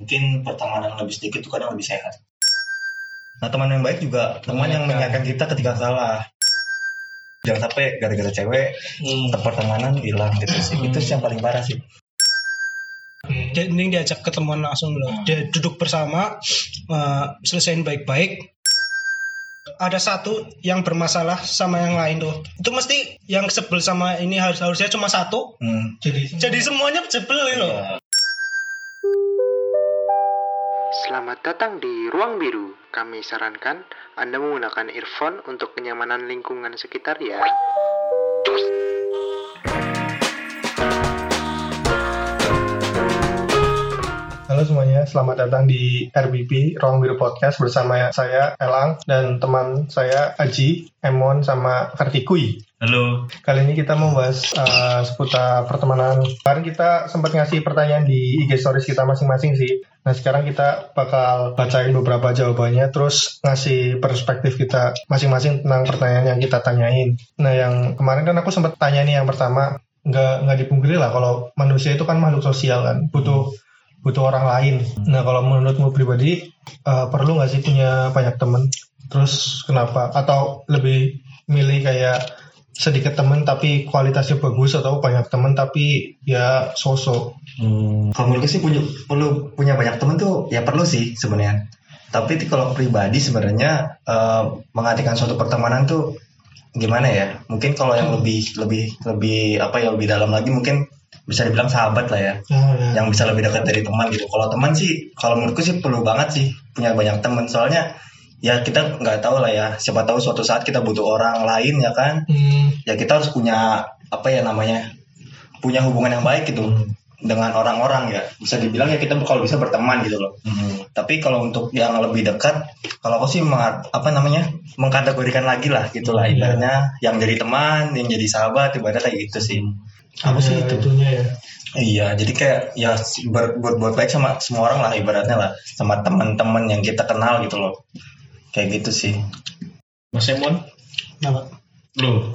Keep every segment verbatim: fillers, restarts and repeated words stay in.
mungkin pertemanan lebih sedikit itu kadang lebih sehat. Nah teman yang baik juga teman yang mengingatkan kita ketika salah. Jangan sampai gara-gara cewek hmm. pertemanan hilang gitu sih. Hmm. Itu sih yang paling parah sih. Dia mending diajak ketemuan langsung loh. Hmm. Dia duduk bersama, uh, selesaiin baik-baik. Ada satu yang bermasalah sama yang lain tuh. Itu mesti yang sebel sama ini harus harusnya cuma satu. Hmm. Jadi jadi semuanya sebel loh. Ya. Selamat datang di Ruang Biru. Kami sarankan Anda menggunakan earphone untuk kenyamanan lingkungan sekitar ya. Halo semuanya, selamat datang di R B P, Ruang Biru Podcast bersama saya Elang dan teman saya Aji, Emon, sama Kartikui. Halo. Kali ini kita mau bahas uh, seputar pertemanan. Kemarin kita sempat ngasih pertanyaan di I G Stories kita masing-masing sih. Nah sekarang kita bakal bacain beberapa jawabannya, terus ngasih perspektif kita masing-masing tentang pertanyaan yang kita tanyain. Nah yang kemarin kan aku sempat tanya nih yang pertama, nggak nggak dipungkiri lah kalau manusia itu kan makhluk sosial kan, butuh butuh orang lain. Nah kalau menurutmu pribadi uh, perlu nggak sih punya banyak teman? Terus kenapa? Atau lebih milih kayak sedikit teman tapi kualitasnya bagus, atau banyak teman tapi ya sosok? Hmm. Kalau menurutku sih punya perlu punya banyak teman tuh ya perlu sih sebenarnya. Tapi kalau pribadi sebenarnya uh, mengartikan suatu pertemanan tuh gimana ya? Mungkin kalau yang lebih lebih lebih apa ya lebih dalam lagi mungkin bisa dibilang sahabat lah ya, oh, ya. Yang bisa lebih dekat dari teman gitu. Kalau teman sih, kalau menurutku sih perlu banget sih punya banyak teman. Soalnya ya kita nggak tahu lah ya, siapa tahu suatu saat kita butuh orang lain ya kan. Hmm. Ya kita harus punya apa ya namanya, punya hubungan yang baik gitu hmm. dengan orang-orang ya. Bisa dibilang ya kita kalau bisa berteman gitu loh. Hmm. Tapi kalau untuk yang lebih dekat, kalau aku sih meng, apa namanya mengkategorikan lagi lah gitulah hmm, ibaratnya ya. Yang jadi teman, yang jadi sahabat, ibaratnya kayak gitu sih. Apa sih tentunya ya? Iya, jadi kayak ya buat buat baik sama semua orang lah ibaratnya lah, sama teman-teman yang kita kenal gitu loh. Kayak gitu sih. Mas Emon? Kenapa? Lu.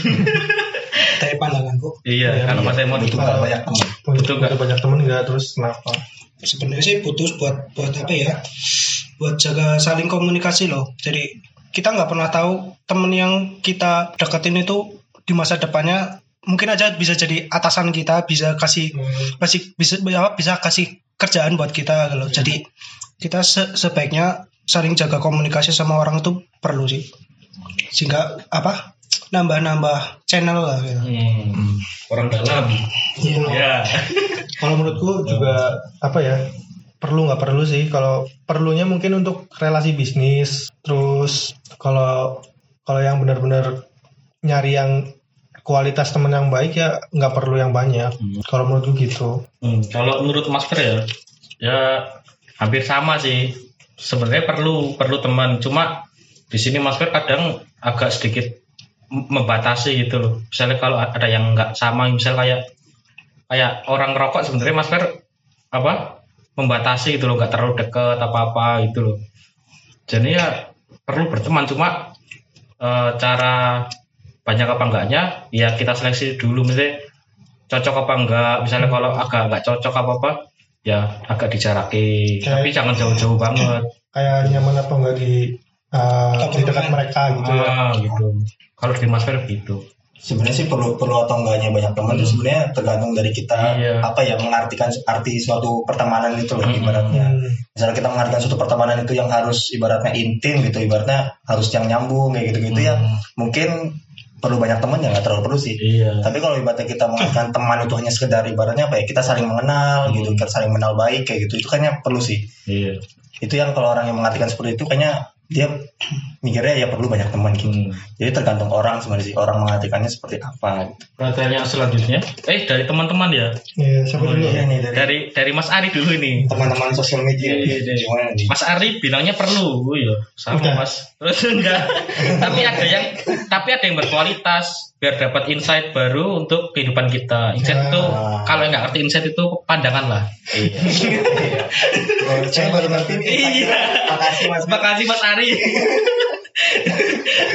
Dari pandanganku. Iya, ya, karena Mas Emon itu enggak banyak teman. Butuh enggak banyak teman enggak, terus kenapa? Sebenarnya sih putus buat buat apa ya? Buat jaga saling komunikasi loh. Jadi kita nggak pernah tahu teman yang kita deketin itu di masa depannya mungkin aja bisa jadi atasan kita, bisa kasih hmm. kasih bisa apa bisa kasih kerjaan buat kita kalau hmm. jadi kita se- sebaiknya saling jaga komunikasi sama orang itu perlu sih, sehingga apa nambah-nambah channel lah gitu. hmm. Orang dalam ya yeah. Kalau menurutku juga apa ya, perlu nggak perlu sih. Kalau perlunya mungkin untuk relasi bisnis, terus kalau kalau yang benar-benar nyari yang kualitas teman yang baik ya nggak perlu yang banyak. Hmm. Kalau menurutku gitu. Hmm. Kalau menurut Mas Fer ya, ya hampir sama sih. Sebenarnya perlu perlu teman. Cuma di sini Mas Fer kadang agak sedikit membatasi gitu loh. Misalnya kalau ada yang nggak sama, misalnya kayak kayak orang rokok, sebenarnya Mas Fer apa membatasi gitu loh, nggak terlalu dekat apa apa gitu loh. Jadi ya perlu berteman. Cuma e, cara banyak apa enggaknya ya kita seleksi dulu, misalnya cocok apa enggak. Misalnya kalau agak enggak cocok apa apa ya agak dijaraki, tapi jangan jauh-jauh banget. Kayak nyaman apa enggak di uh, di dekat mereka gitu ah, ya gitu. Kalau di Mas Fer gitu sebenarnya sih perlu perlu atau enggaknya banyak teman itu hmm. sebenarnya tergantung dari kita iya. apa ya mengartikan arti suatu pertemanan itu loh, hmm. ibaratnya misalnya kita mengartikan suatu pertemanan itu yang harus ibaratnya intim gitu, ibaratnya harus yang nyambung kayak gitu-gitu hmm. ya mungkin perlu banyak teman ya nggak terlalu perlu sih. Iya. Tapi kalau ibaratnya kita mengartikan teman itu hanya sekedar ibaratnya apa ya, kita saling mengenal hmm. gitu, kita saling mengenal baik kayak gitu, itu kayaknya perlu sih. Iya. Itu yang kalau orang yang mengartikan seperti itu kayaknya dia mikirnya ya perlu banyak teman gitu. Hmm. Jadi tergantung orang sebenarnya sih, orang mengartikannya seperti apa gitu. Pertanyaan selanjutnya, eh dari teman-teman ya? Iya, siapa dulu ya nih dari, dari dari Mas Ari dulu ini. Teman-teman sosial media. Iya, iya, iya. Mas Ari bilangnya perlu, oh, iya sama udah. Mas. Terus enggak. tapi ada yang tapi ada yang berkualitas biar dapat insight baru untuk kehidupan kita. Insight itu ya. Kalau nggak ngerti insight itu pandangan lah. Iya. Saya baru ngerti. Iya. Makasih Mas. Makasih Mas Ari.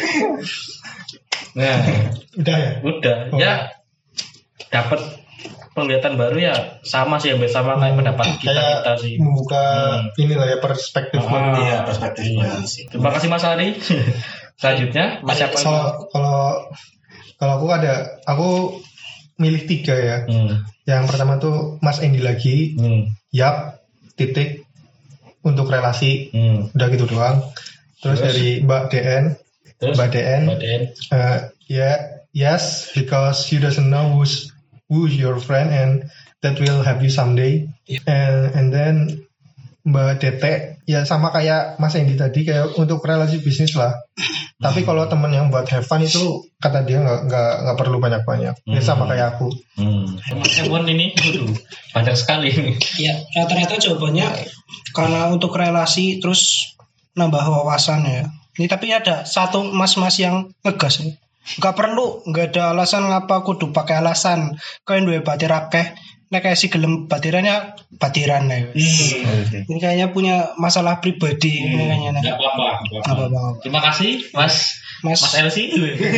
Nah, udah ya? Udah. Oh. Ya dapat penglihatan baru ya sama sih hampir sama kayak pendapat kita Kayak kita sih. membuka Hmm. inilah ya perspektif Ah. baru. Iya, perspektif baru sih. Terima kasih Mas Ari. Selanjutnya Mas siapa? So, kalau kalau aku ada aku milih tiga ya. Hmm. Yang pertama tuh Mas Endi lagi, Hmm. Yap, titik untuk relasi, Hmm. udah gitu doang. Terus, Terus? dari Mbak D N, Terus Mbak D N, Mbak Den. uh, yeah, yes, because you doesn't know who's who's your friend and that will help you someday. Yeah. And and then Mbak D T, ya sama kayak Mas Endi tadi, kayak untuk relasi bisnis lah. Tapi kalau temen yang buat have fun itu kata dia nggak nggak nggak perlu banyak banyak. Ya sama kayak aku. Hmm. Mas Ewon ini waduh, banyak sekali ini. Ya, rata-rata jawabannya karena untuk relasi terus nambah wawasan ya. Ini tapi ada satu mas-mas yang ngegas nih. Nggak perlu, nggak ada alasan ngapa kudu pakai alasan. Kau yang duwe batir akeh, nek kayak si gelem batirannya batiran ya. Ini kayaknya punya masalah pribadi ini kayaknya. nih. Enggak apa-apa. Nggak apa-apa, nggak apa-apa. Terima kasih Mas Mas, Mas Elsi.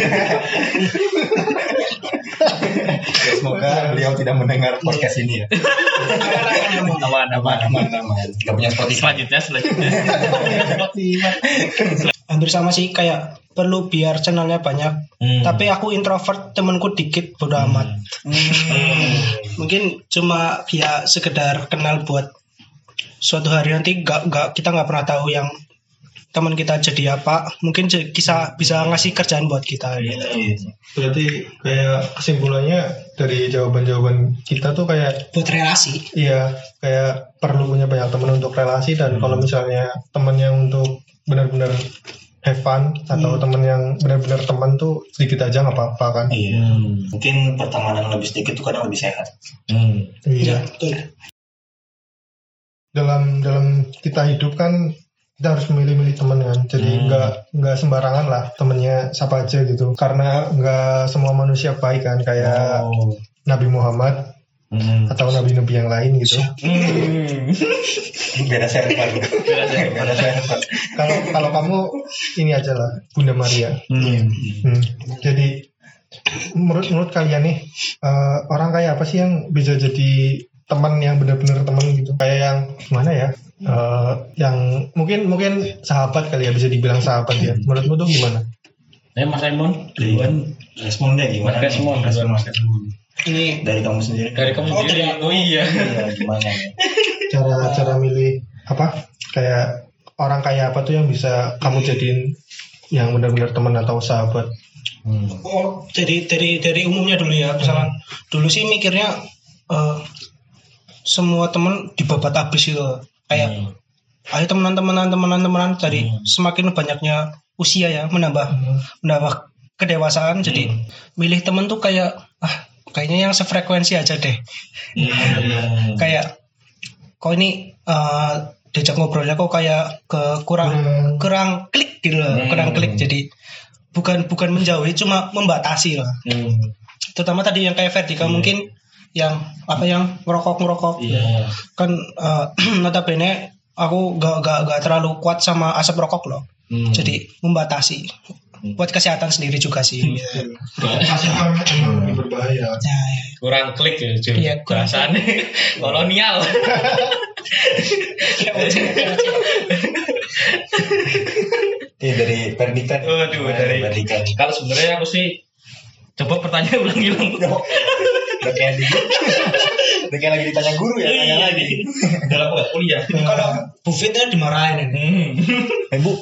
Ya, semoga beliau tidak mendengar podcast ini ya. Aman aman Aman, aman. Gak punya Spotify. Selanjutnya selanjutnya. hampir sama sih kayak perlu biar channelnya banyak. Hmm. Tapi aku introvert, temanku dikit, bodo amat. Mungkin cuma ya sekedar kenal buat suatu hari nanti gak, gak, kita nggak pernah tahu yang teman kita jadi apa. Mungkin j- bisa bisa ngasih kerjaan buat kita. Gitu. Berarti kayak kesimpulannya dari jawaban-jawaban kita tuh kayak Buat relasi. iya kayak perlu punya banyak teman untuk relasi, dan kalau misalnya teman yang untuk benar-benar have fun atau teman yang benar-benar teman tuh sedikit aja nggak apa-apa kan. Iya. Hmm. Mungkin pertemanan lebih sedikit tuh kadang lebih sehat. Hmm. Ya, Iya. betul. Dalam dalam kita hidup kan kita harus memilih-milih teman kan. Jadi Hmm. nggak nggak sembarangan lah temennya siapa aja gitu. Karena nggak semua manusia baik kan, kayak Oh. Nabi Muhammad Hmm. atau nabi-nabi yang lain gitu. Hmm. Beda server. Beda server. Beda server. Kalau kalau kamu ini aja lah, Bunda Maria. Hmm. Hmm. Jadi menurut menurut kalian nih eh, orang kayak apa sih yang bisa jadi teman yang benar-benar teman gitu? Kayak yang gimana ya? Eh, yang mungkin mungkin sahabat kali ya, bisa dibilang sahabat ya. Menurutmu tuh gimana? Eh Mas Raymond duluan. Responnya gimana? Mas Desmond, nih? Respon Mas Desmond. Ini Dari kamu sendiri. Dari kamu Oh, sendiri. dari aku. Oh iya. Iya, gimana ya? Cara cara milih apa? Kayak orang kayak apa tuh yang bisa kamu jadiin yang benar-benar teman atau sahabat? Hmm. oh dari dari dari umumnya dulu ya. Misalkan dulu sih mikirnya eh, semua teman dibabat habis gitu. Kayak Hmm. ayo temenan-temenan temenan-temenan dari Hmm. semakin banyaknya usia ya menambah menambah kedewasaan. Jadi milih temen tuh kayak ah kayaknya yang sefrekuensi aja deh. Hmm. Kayak kok ini eh, diajak ngobrolnya kok kayak ke kurang Hmm. kurang klik gitu loh, Hmm. kurang klik. Jadi bukan bukan menjauhi, cuma membatasi lah. Hmm. Terutama tadi yang kayak Vertika mungkin yang apa yang ngerokok ngerokok Iya. kan eh, notabene aku gak, gak, gak terlalu kuat sama asap rokok loh. Hmm. Jadi membatasi buat kesehatan sendiri juga sih. Asal kan emang lebih berbahaya. Nah, ya. kurang klik ya cuy. Iya, kurang Bahasannya kolonial. Iya, dari Perdika. Waduh, dari Perdika. Kalau sebenarnya aku sih coba pertanyaan ulang-ulang. Udah kayak di Udah kayak lagi ditanya guru ya, tanya Iya, lagi. Dalam apa kuliah? Kalau Bu Fitnya dimarahin ini. Hmm. Eh, Bu.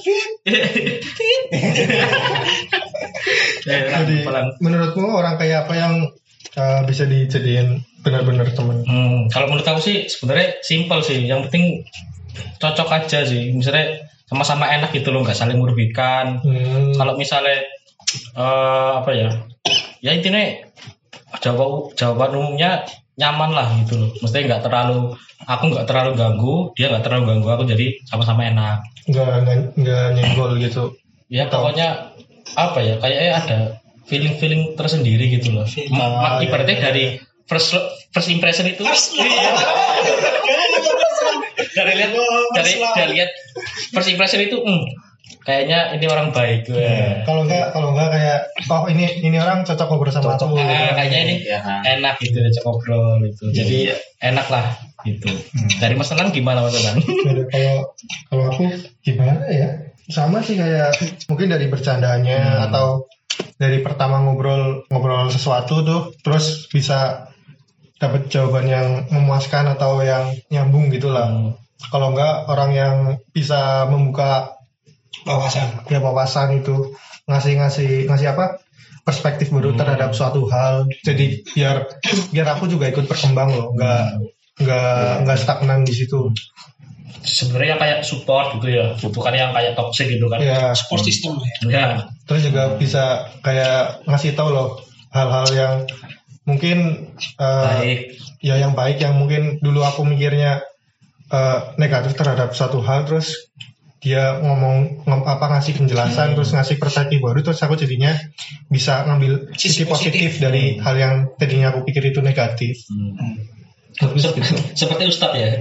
Jadi menurutmu orang kayak apa yang uh, bisa dijadiin benar-benar teman? Hmm, kalau menurut aku sih sebenarnya simpel sih. Yang penting cocok aja sih. Misalnya sama-sama enak gitu loh, nggak saling merugikan. Hmm. Kalau misalnya eh, apa ya? Ya intinya jawab jawaban umumnya nyaman lah gitu loh. Mesti nggak terlalu, aku nggak terlalu ganggu, dia nggak terlalu ganggu aku, jadi sama-sama enak. nggak nggak nggak nyenggol gitu. Ya pokoknya apa ya? Kayaknya ada feeling-feeling tersendiri gitu loh. Ma- ma- Ah, ibaratnya iya, iya. dari first first impression itu. Iya. dari lihat dari dari lihat first impression itu, hmm, kayaknya ini orang baik gue. Ya, kalau enggak kalau enggak kayak oh ini ini orang cocok ngobrol sama Cocok. aku. Ah, kayaknya ini Ya. enak gitu aja ngobrol gitu. Jadi enak lah gitu. Dari Mas Tenan gimana Mas Tenan? Jadi kalau kalau aku gimana ya? Sama sih kayak mungkin dari bercandanya Hmm. atau dari pertama ngobrol ngobrol sesuatu tuh terus bisa dapat jawaban yang memuaskan atau yang nyambung gitulah. Hmm. Kalau enggak orang yang bisa membuka Wawasan. ya wawasan itu ngasih-ngasih ngasih apa? Perspektif baru Hmm. terhadap suatu hal. Jadi biar biar aku juga ikut berkembang loh, enggak enggak enggak stagnan di situ. Sebenarnya kayak support gitu ya, bukan yang kayak toxic gitu kan. Ya, Support system lah ya. Ya. terus juga bisa kayak ngasih tahu loh hal-hal yang mungkin eh, Baik. ya yang baik yang mungkin dulu aku mikirnya eh, negatif terhadap suatu hal terus dia ngomong ngom, apa ngasih penjelasan terus ngasih perspektif baru terus aku jadinya bisa ngambil Sisi sisi positif, positif. dari hal yang tadinya aku pikir itu negatif. Hmm. Terus Sep- gitu. Seperti Ustadz ya.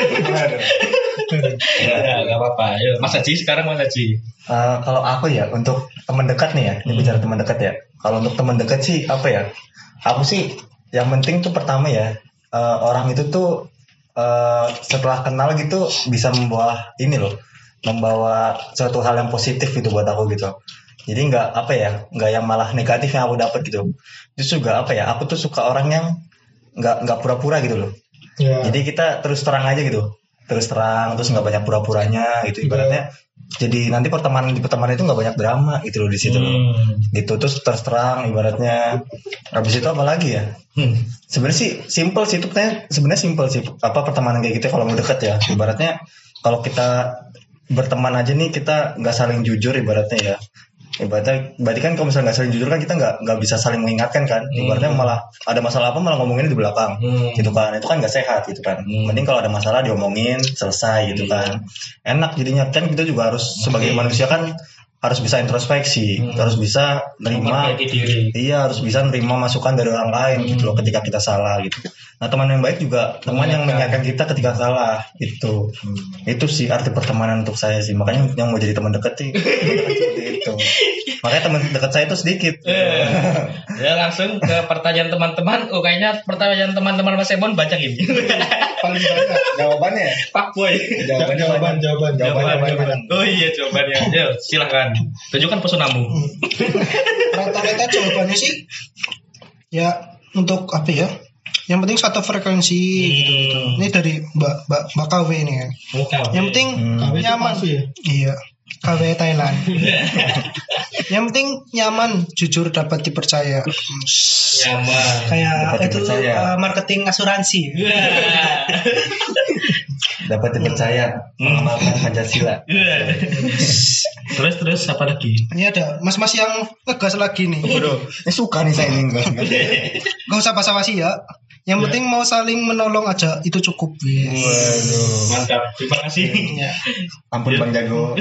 Ya, nggak apa-apa. Ayo, Mas Haji sekarang Mas Haji. Eh, kalau aku ya untuk teman dekat nih ya, ini bicara teman dekat ya. Kalau untuk teman dekat sih apa ya? Aku sih yang penting tuh pertama ya eh, orang itu tuh eh, setelah kenal gitu bisa membawa ini loh, membawa suatu hal yang positif gitu buat aku gitu. Jadi nggak apa ya, nggak yang malah negatif yang aku dapat gitu. Terus juga apa ya? Aku tuh suka orang yang nggak nggak pura-pura gitu loh. Ya. Jadi kita terus terang aja gitu, terus terang, terus nggak banyak pura-puranya gitu. Ibaratnya, jadi nanti pertemanan di pertemanan itu nggak banyak drama gitu loh di situ loh. Hmm. Gitu terus terus terang, ibaratnya. Habis itu apa lagi ya? Hmm. Sebenarnya sih simple sih itu, kayaknya sebenarnya simple sih apa pertemanan kayak gitu kalau mau deket ya. Ibaratnya kalau kita berteman aja nih kita nggak saling jujur ibaratnya ya. Ibaratnya, berarti kan kalau misalnya nggak saling jujur kan kita nggak nggak bisa saling mengingatkan kan. Ibaratnya malah ada masalah apa malah ngomongin di belakang, Hmm. gitu kan. Itu kan nggak sehat gitu kan. Hmm. Mending kalau ada masalah diomongin selesai gitu kan. Enak jadinya kan kita juga harus sebagai manusia kan harus bisa introspeksi, Hmm. harus bisa nerima. Memperbaiki diri. Iya harus bisa nerima masukan dari orang lain gitu loh ketika kita salah gitu. Nah teman yang baik juga teman yang mengingatkan kita ketika salah itu. Itu sih arti pertemanan untuk saya sih. Makanya yang mau jadi teman dekat sih seperti itu. Makanya teman dekat saya itu sedikit. Ya langsung ke pertanyaan teman-teman. Oh kayaknya pertanyaan teman-teman Mas Emon banyak ini. Paling banyak Jawabannya Pak Boy. jawabannya jawaban jawaban Jawabannya Jawabannya. banyak. Oh iya jawabannya. Ya silahkan. Tunjukkan pesonamu. Rata-rata jawabannya sih ya untuk apa ya? Yang penting satu frekuensi gitu, gitu. Ini dari Mbak Mbak Mbak K W ini ya. Yang penting Hmm. nyaman. palsu ya? Iya. K W Thailand. Yang penting nyaman, jujur, dapat dipercaya. Nyaman. Kayak Dapat itu dipercaya. uh, marketing asuransi. Dapat dipercaya mengamalkan Pancasila. Terus terus apa lagi? Ini ada mas-mas yang ngegas lagi nih. Waduh, ini suka nih saya ini enggak. Gak usah basa-basi ya. Yang penting mau saling menolong aja itu cukup. Yes. Waduh. Mantap. Terima kasih. Ya. Ampun Bang Jago.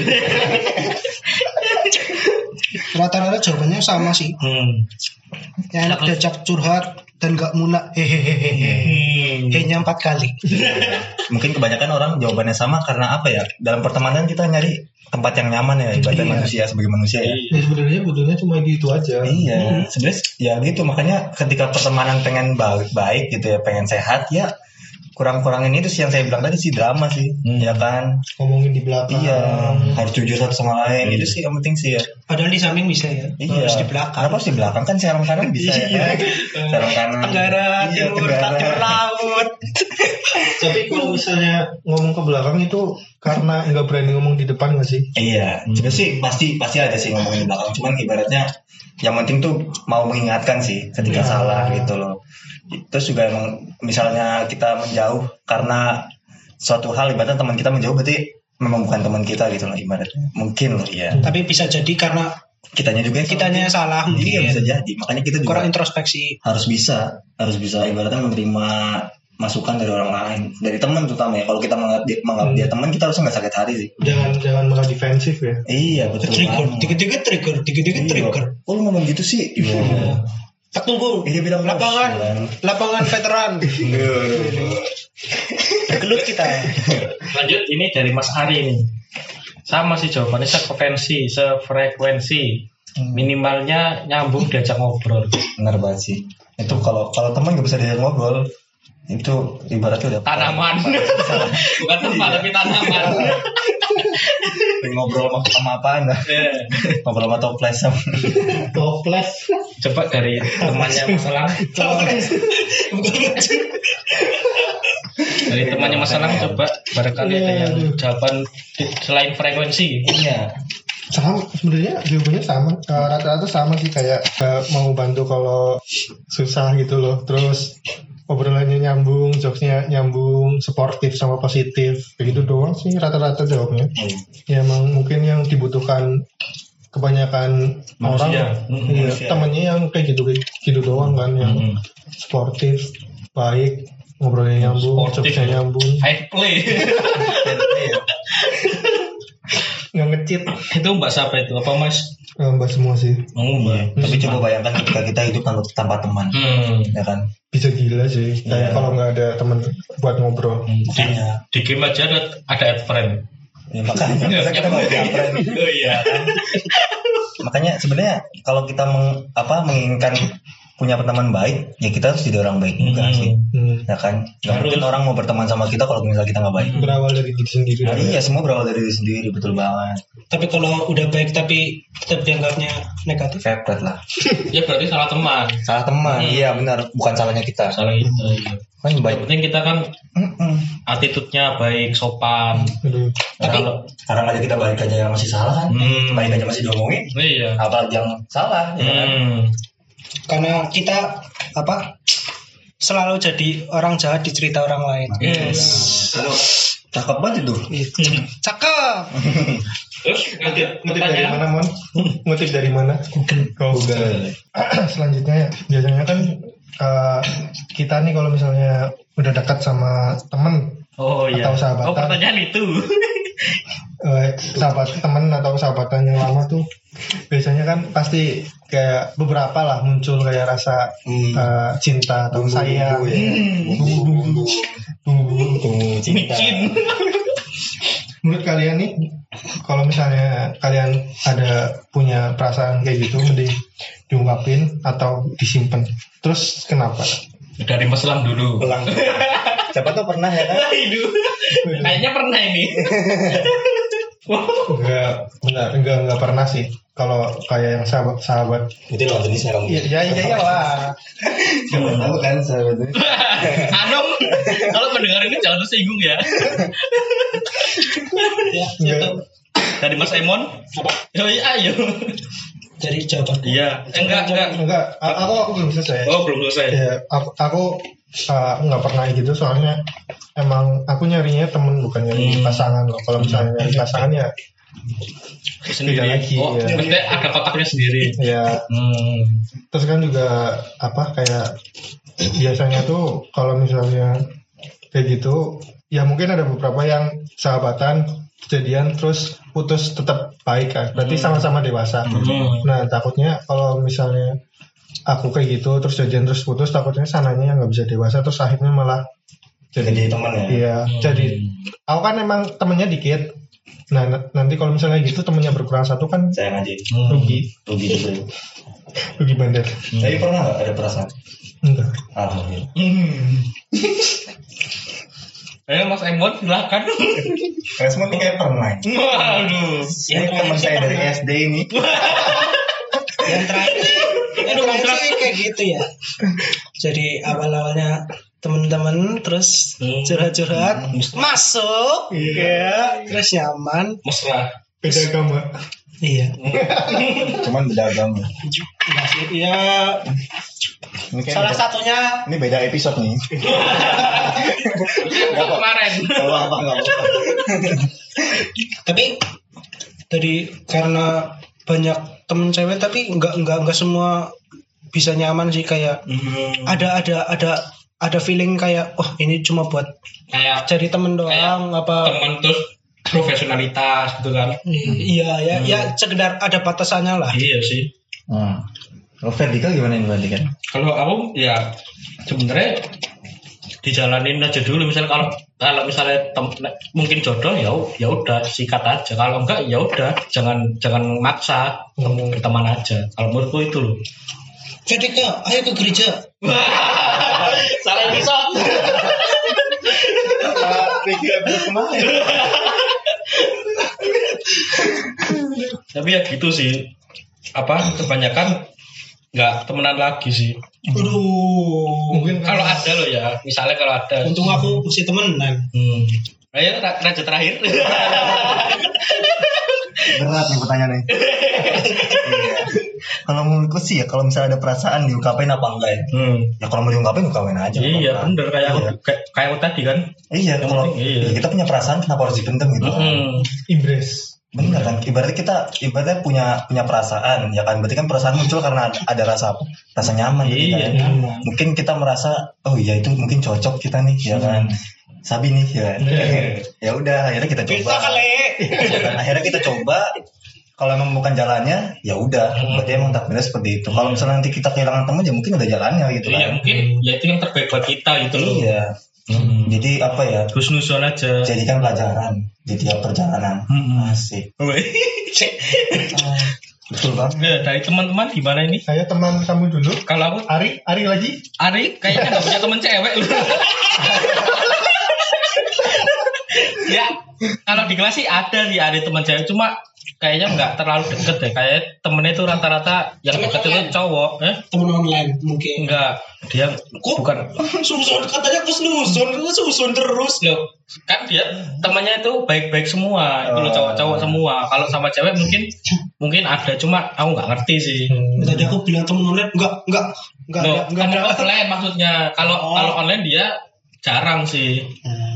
Rata-rata jawabannya sama sih. Hmm. Yang enak diajak curhat dan gak munak. Hehehe. Hanya empat kali. Mungkin kebanyakan orang jawabannya sama karena apa ya? Dalam pertemanan kita nyari tempat yang nyaman ya, ibaratnya Iya. manusia sebagai manusia ya. Ya sebenarnya butuhnya cuma itu aja. Iya, sebenarnya ya gitu, makanya ketika pertemanan pengen baik, baik gitu ya, pengen sehat ya kurang-kurangin itu sih yang saya bilang tadi sih drama sih, Hmm. ya kan? Ngomongin di belakang. Iya, harus jujur satu sama lain, itu sih yang penting sih ya. Padahal di samping bisa ya. Iya. Harus di belakang. Kenapa harus di belakang kan serong kanan bisa ya? Iya. Kan? Serong kanan. Tenggara, Iya, timur, Tenggara. timur laut. Tapi kalau misalnya ngomong ke belakang itu karena nggak berani ngomong di depan nggak sih? Iya, juga sih pasti pasti ada sih ngomongin di belakang. Cuman ibaratnya yang penting tuh mau mengingatkan sih ketika Ya. salah gitu loh. Terus juga emang misalnya kita menjauh karena suatu hal, ibaratnya teman kita menjauh berarti memang bukan teman kita gitu loh ibaratnya. Mungkin loh ya. Tapi bisa jadi karena Kitanya juga yang kitanya yang salah Iya mungkin. bisa jadi. Makanya kita juga Kurang introspeksi. harus bisa harus bisa ibaratnya menerima masukan dari orang lain, dari teman terutama ya. Kalau kita menganggap dia, menganggap dia teman, kita harusnya nggak sakit hati sih. Jangan jangan malah defensif ya. Iya betul Trigger, banget. dikit-dikit trigger, dikit-dikit Iya. trigger. Oh lu ngomong gitu sih? Iya. Tak tunggu. Ini bilang Lapangan, terus, lapangan veteran. Gelut kita. Lanjut ini dari Mas Ari nih. sama sih jawabannya sefrekuensi, sefrekuensi. Minimalnya nyambung diajak ngobrol. Benar banget sih. Itu kalau kalau teman nggak bisa diajak ngobrol, itu ibaratnya udah tanaman. Bukan teman tapi tanaman. Ngobrol sama, sama apaan dah? Ngobrol sama toples sama. Toples. Coba dari temannya masalah. Dari temannya masalah coba barangkali ada yang jawaban selain frekuensi. Iya. Sama sebenarnya jawabannya sama. Uh, rata-rata sama sih kayak uh, mau bantu kalau susah gitu loh. Terus obrolannya nyambung, jokesnya nyambung, sportif sama positif, begitu doang sih rata-rata jawabnya. Hmm. Ya emang mungkin yang dibutuhkan kebanyakan manusia. orang, hmm, iya, temennya yang kayak gitu gitu doang kan, yang hmm. sportif, baik, ngobrolnya nyambung, sportif, jokesnya nyambung. High play. Nggak ngecit. Itu mbak siapa itu? Apa mas? Mbak semua sih. Oh mbak. Tapi coba bayangkan ketika kita hidup tanpa, tanpa teman, hmm. ya kan? Bisa gila sih. Kayak yeah. Kalau nggak ada teman buat ngobrol. Hmm. Di, di game aja ada ada ad friend. Ya, makanya masa kita nggak punya friend. Oh iya. Makanya sebenarnya kalau kita meng, apa menginginkan punya teman baik, ya kita harus jadi orang baik juga hmm. sih, hmm. ya kan? Gak mungkin orang mau berteman sama kita kalau misalnya kita nggak baik. Berawal dari diri sendiri. Nah, iya, semua berawal dari diri sendiri, betul banget. Tapi kalau udah baik tapi tetap dianggapnya negatif, febret lah. Ya berarti salah teman. Salah teman, hmm. iya benar, bukan salahnya kita. Salah kita. Iya. Kan baik. Yang penting kita kan mm-mm. attitude-nya baik, sopan. Aduh. Tapi kalau sekarang aja kita balik aja yang masih salah kan, hmm. balik aja masih diomongin. Iya. Apalagi yang salah, ya kan? Hmm. Karena kita apa selalu jadi orang jahat di cerita orang lain. Yes. Aduh, cakep banget itu. Cakep. Terus ngutip, ngutip dari mana Mon? Ngutip dari mana? Google. Selanjutnya biasanya kan uh, kita nih kalau misalnya udah dekat sama temen oh, iya. atau sahabatan. Oh pertanyaan itu. Uh, sahabat temen atau sahabatan yang lama tuh biasanya kan pasti kayak beberapa lah muncul kayak rasa hmm. uh, cinta atau sayang, bumbu bumbu cinta. Menurut kalian nih, kalau misalnya kalian ada punya perasaan kayak gitu, mending diungkapin atau disimpan? Terus kenapa? Dari Mas Lam dulu. Pelang. Siapa tuh pernah ya kan? Kayaknya pernah ini. Enggak, benar, enggak enggak pernah sih. Kalau kayak yang sahabat-sahabat. Itu loh jenis kamu. Iya, iya, iya lah. Kamu tahu kan sahabatnya. Anom, kalau mendengar ini jangan tersinggung ya. Ya, itu. Dari Mas Emon. Apa? Oh iya, ayo. Jadi jawaban. Iya. Enggak, enggak. Enggak, aku aku belum selesai. Oh, belum selesai. Iya, aku aku uh, nggak pernah gitu soalnya emang aku nyarinya temen bukan nyari hmm. pasangan loh. Kalau misalnya nyari pasangan ya sendiri lagi. Oh, ya. Maksudnya ada kotaknya sendiri. Ya. Hmm. Terus kan juga apa kayak biasanya tuh kalau misalnya kayak gitu ya mungkin ada beberapa yang sahabatan kejadian terus putus tetap baik kan. Berarti hmm. sama-sama dewasa. Hmm. Nah takutnya kalau misalnya aku kayak gitu terus jadian terus putus takutnya sananya yang nggak bisa dewasa terus akhirnya malah jadi, jadi teman ya. Iya. Hmm. Jadi aku kan emang temennya dikit. Nah nanti kalau misalnya gitu temennya berkurang satu kan sayang aja. Hmm. Rugi. Rugi juga. Rugi bandar. Hmm. Tapi pernah nggak ada perasaan? Enggak. Alhamdulillah. Hmm. Ayo Mas Emon silakan. Mas Emon ini kayak pernah. Waduh. Ini teman saya dari S D ini. Yang terakhir, aduh maksudnya kayak gitu ya. Jadi awal-awalnya teman-teman terus hmm. curhat-curhat hmm. masuk, yeah. ya, terus nyaman, mesra, beda agama. Iya. Cuman beda agama. Iya. Salah beda, satunya. Ini beda episode nih. Kemarin. Kalau apa nggak apa. Tapi dari karena banyak temen cewek tapi nggak nggak nggak semua bisa nyaman sih kayak hmm. ada ada ada ada feeling kayak oh ini cuma buat kayak cari temen doang apa temen terus profesionalitas gitu kan. Iya ya hmm. ya sekedar ada batasannya lah. Iya sih. Hmm. Oh, Vertikal gimana nih berarti kan? Kalau aku ya sebenarnya dijalanin aja dulu. Misal kalau kalau misalnya tem- mungkin jodoh ya ya udah sikat aja, kalau enggak ya udah jangan jangan maksa, Hmm. berteman aja. Kalau menurutku itu loh. V D K, ayo ke gereja. Salah episode. Tapi ya gitu sih, apa kebanyakan nggak temenan lagi sih. Aduh. Mungkin Kalau ada loh ya, misalnya kalau ada. Untung aku mesti temenan. Hmm. Ayo ra- raja terakhir. Berat nih pertanyaannya. Iya. Kalau menurutku sih ya, kalau misalnya ada perasaan diungkapin apa enggak ya? Hmm. Ya kalau mau diungkapin ungkapin aja. Iya apa-apa. bener kayak aku Iya. kayak, kayak aku tadi kan. Iya, Yang kalau penting, iya. ya kita punya perasaan kenapa harus dipendam gitu? Hmm. Impress. Bener kan? Ibaratnya kita ibaratnya punya punya perasaan ya kan? Berarti kan perasaan muncul karena ada, ada rasa apa? Rasa nyaman gitu Iya, kan? nyaman. Mungkin kita merasa oh iya itu mungkin cocok kita nih ya kan? Sabi nih ya. Ya udah akhirnya kita Kita coba. kali. Ya kan? Akhirnya kita coba. Kalau emang bukan jalannya, ya udah. Berarti emang takdirnya seperti itu. Kalau misalnya nanti kita kehilangan teman, ya mungkin udah jalannya gitu Iya kan. mungkin ya itu yang terbaik buat kita gitu loh. Iya. Hmm. Jadi apa ya? Husnuzon aja. Jadikan pelajaran di tiap perjalanan. Hmm. Asik. Betul banget. Ya, dari teman-teman gimana ini? Saya teman kamu dulu. Kalau aku Ari, Ari lagi. Ari kayaknya nggak punya temen cewek. Ya, kalau di kelas sih ada sih ada teman cewek, cuma kayaknya nggak terlalu deket deh. Kayak temennya itu rata-rata yang Temen deket itu online. cowok, eh? Temen online mungkin. Enggak, dia Kok? bukan. Susun katanya aku susun, susun terus. Loh, kan dia temannya itu baik-baik semua, itu loh Oh. cowok-cowok semua. Kalau sama cewek mungkin mungkin ada, cuma aku nggak ngerti sih. Tadi aku bilang temen online, enggak, enggak, enggak Loh, ada, enggak temen ada. offline maksudnya. Kalau Oh. kalau online dia jarang sih. Hmm.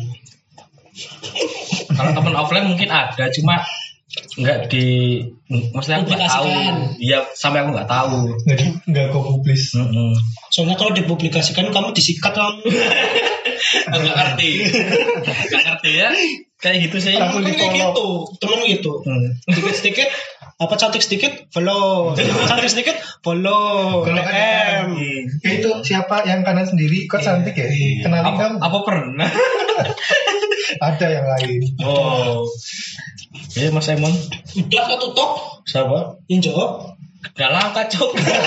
Kalau temen offline mungkin ada, cuma nggak di, maksudnya aku nggak tahu. Publikasikan. Iya, sampai aku nggak tahu. Nggak di- nggak kau publis. Mm-mm. Soalnya kalau dipublikasikan kamu disikat kamu. Aku nggak ngerti, nggak ngerti ya. Kayak gitu sih. Aku Temen kayak di-follow. gitu, temen gitu. Hmm. Sedikit-sedikit, apa cantik sedikit, follow. Cantik sedikit, follow. Kalau D M. Itu siapa yang kanan sendiri? Kok cantik ya? Iya. Kenalin Apa, dong. apa pernah? Ada yang lain. Oh, iya Mas Emon. Udah satu top, Siapa? yang jawab. Gak langka cok.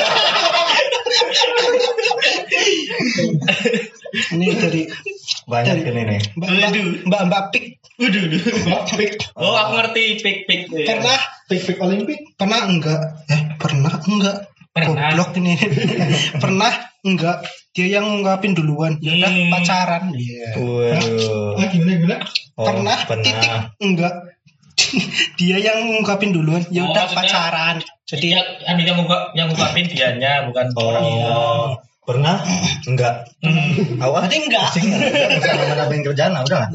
Ini dari Banyak ini nih. Mbak Mbak Mbak, Mbak Pik. Udah, udah. Mbak Pik. Oh, aku ngerti pik pik. Pernah Pik-pik Olimpik. pernah enggak? Eh, pernah enggak? Pernah. Goblok ini. Pernah enggak? Dia yang ngungkapin duluan. Ya udah Hmm. pacaran. Iya. Waduh. Ah, gimana gimana? Oh, Pernah, titik enggak? Dia yang ngungkapin duluan. Ya Oh, udah maksudnya- pacaran. Jadi Jadi yang yang yang ngungkap yang ngungkapin dianya bukan orangnya. Oh, pernah? Enggak. Hmm. Awas. berarti enggak. Enggak usah nambah-nambahin kerjaan lah, udah lah.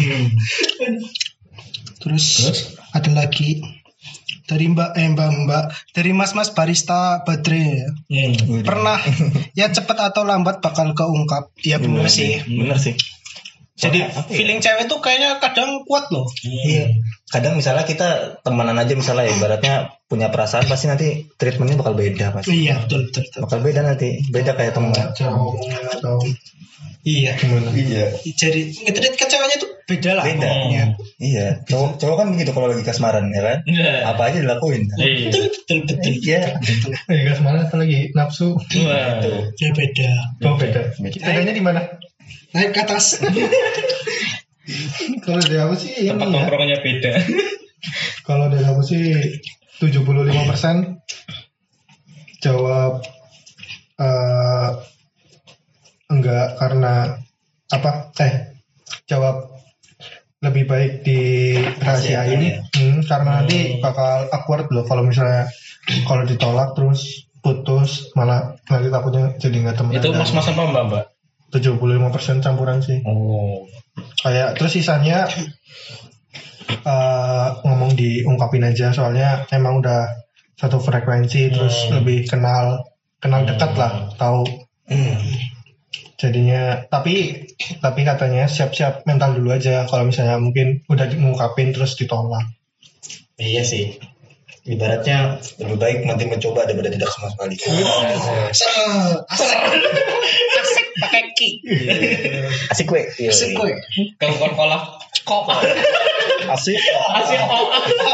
Terus, Terus? ada lagi dari Mbak eh Mbak Mbak dari Mas Mas barista Badre ya. Hmm. Pernah ya cepat atau lambat bakal keungkap. Iya benar sih. Bener sih. Jadi Soalnya apa ya? feeling cewek tuh kayaknya kadang kuat loh. Iya. Kadang misalnya kita temenan aja misalnya ya, ibaratnya punya perasaan pasti nanti treatmentnya bakal beda pasti. Iya betul betul. betul. Bakal beda nanti. Beda kayak temen. Jauh atau Iya. gimana? Iya. Jadi ngetrit ke ceweknya tuh beda lah. Beda. pokoknya. Iya. Cowok cowok kan begitu kalau lagi kasmaran ya kan. Iya. Apa aja dilakuin. Iya. Betul betul betul. Iya. Eh, gas mana atau lagi nafsu? Wah. Ya beda. Oh beda. Bedanya di mana? Naik ke atas. Kalau dari aku sih Tempat ini ya. nongkrongnya beda. Kalau dari aku sih tujuh puluh lima persen jawab eh, enggak karena apa? Eh jawab lebih baik dirahasiain Ya. hmm, karena nanti bakal awkward loh kalau misalnya kalau ditolak terus putus malah nanti takutnya jadi nggak temenan. Itu mas-mas apa mbak mbak? tujuh puluh lima persen campuran sih. Oh. Kayak terus sisanya eh, ngomong diungkapin aja soalnya emang udah satu frekuensi terus Hmm. lebih kenal kenal dekat lah tahu Hmm. jadinya tapi tapi katanya siap-siap mental dulu aja kalau misalnya mungkin udah diungkapin terus ditolak. Iya sih. Ibaratnya lebih baik nanti mencoba daripada tidak sama sekali. Asik. Asik. pakai ki. Asik we. Iya. Asik gue. Kalau kolak kok Asik. asik kok.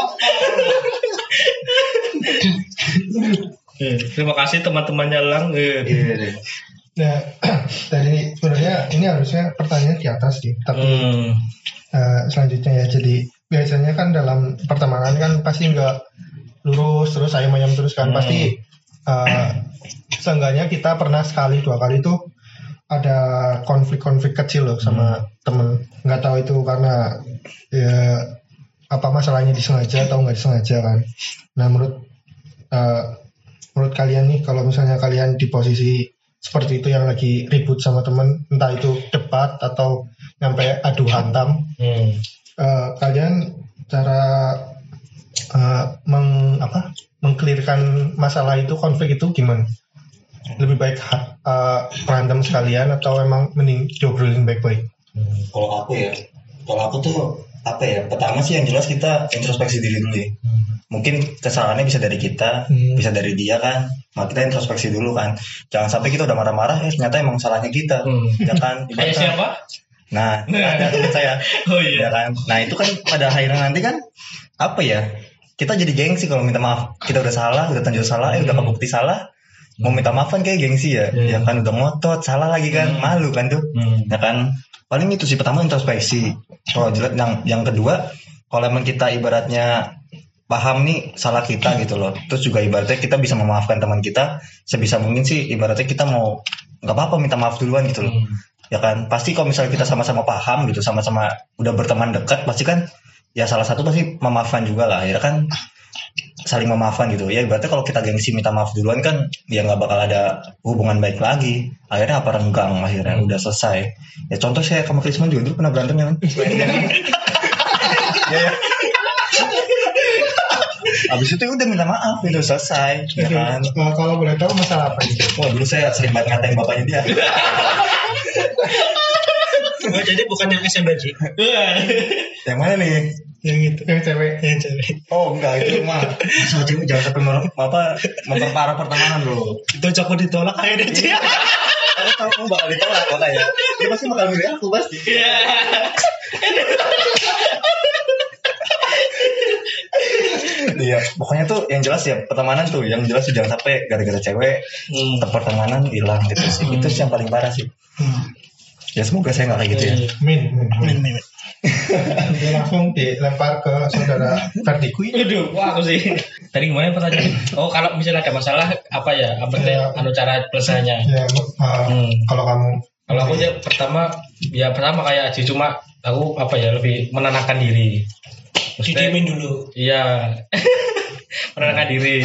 Eh, Terima kasih teman-temannya Lang. Eh. Iya. Nah, tadi sebenarnya ini harusnya pertanyaan di atas sih, tapi Hmm. uh, selanjutnya ya. Jadi biasanya kan dalam pertemanan kan pasti nggak lurus terus ayam ayam terus kan, Hmm. pasti uh, seenggaknya kita pernah sekali dua kali tuh ada konflik-konflik kecil loh sama temen. Nggak tahu itu karena ya apa masalahnya disengaja atau nggak disengaja kan. Nah menurut uh, menurut kalian nih, kalau misalnya kalian di posisi seperti itu yang lagi ribut sama temen, entah itu debat atau sampai adu hantam, Hmm. uh, kalian cara uh, meng apa mengklirkan masalah itu, konflik itu gimana? Lebih baik uh, berantem sekalian atau emang mending diobrolin baik-baik? Kalau aku ya, kalau aku tuh apa ya? Pertama sih yang jelas kita introspeksi diri dulu ya. Mungkin kesalahannya bisa dari kita, Hmm. bisa dari dia kan. Nah, kita introspeksi dulu kan. Jangan sampai kita udah marah-marah, eh ternyata emang salahnya kita. Hmm. Ya kan? Kayak Ibaratnya- siapa? Nah, ada teman saya. Oh Ya iya. kan? Nah, itu kan pada akhirnya nanti kan apa ya? Kita jadi gengsi kalau minta maaf. Kita udah salah, udah tanjur salah, eh udah kebukti salah. Mau minta maaf kan kayak gengsi ya. Hmm. Ya kan udah ngotot, salah lagi kan. Malu kan tuh. Hmm. Ya kan? Paling itu sih, pertama introspeksi. Kalau jelas yang yang kedua, kalau emang kita ibaratnya paham nih salah kita gitu loh. Terus juga ibaratnya kita bisa memaafkan teman kita sebisa mungkin sih, ibaratnya kita mau nggak apa-apa minta maaf duluan gitu loh. Hmm. Ya kan? Pasti kalau misalnya kita sama-sama paham gitu, sama-sama udah berteman dekat, pasti kan ya salah satu pasti memaafkan juga lah. Akhirnya kan saling memaafkan gitu. Ya ibaratnya kalau kita gengsi minta maaf duluan kan ya nggak bakal ada hubungan baik lagi. Akhirnya apa renggang, akhirnya udah selesai. Ya contoh saya sama Krisman juga dulu pernah berantem ya kan. Ya. Abis itu ya udah minta maaf, itu selesai, ya kan. Uh, kalau boleh tahu masalah apa ini? Wah dulu saya sering banget ngatain bapaknya dia. Oh, jadi bukan yang S M B G. Yang mana nih? Yang itu. Yang cewek. Yang cewek. Oh enggak, itu mah sama cewek jangan sampai mer- apa memperparah pertemanan bro. Itu cokot ditolak aja deh. Ci. Aku tahu kamu bakal ditolak makanya. Dia pasti bakal milih aku pasti. Iya, pokoknya tuh yang jelas ya pertemanan tuh, yang jelas tuh jangan sampai gara-gara cewek Hmm. pertemanan hilang gitu sih. Itu sih yang paling parah sih. Ya semoga saya nggak kayak gitu ya. Min, min, min. Min, min, min. Oke, langsung dilempar ke saudara Vertikui. Aduh, wah aku sih. Tadi gimana pertanyaan? Oh, kalau misalnya ada masalah apa ya? Apa sih Ya. anu cara penyelesaiannya? Ya, uh, Hmm. kalau kamu Kalau aku ya pertama ya pertama kayak Aji, cuma aku apa ya lebih menenangkan diri. Maksudnya- Didiemin dulu. Iya. menenangkan diri.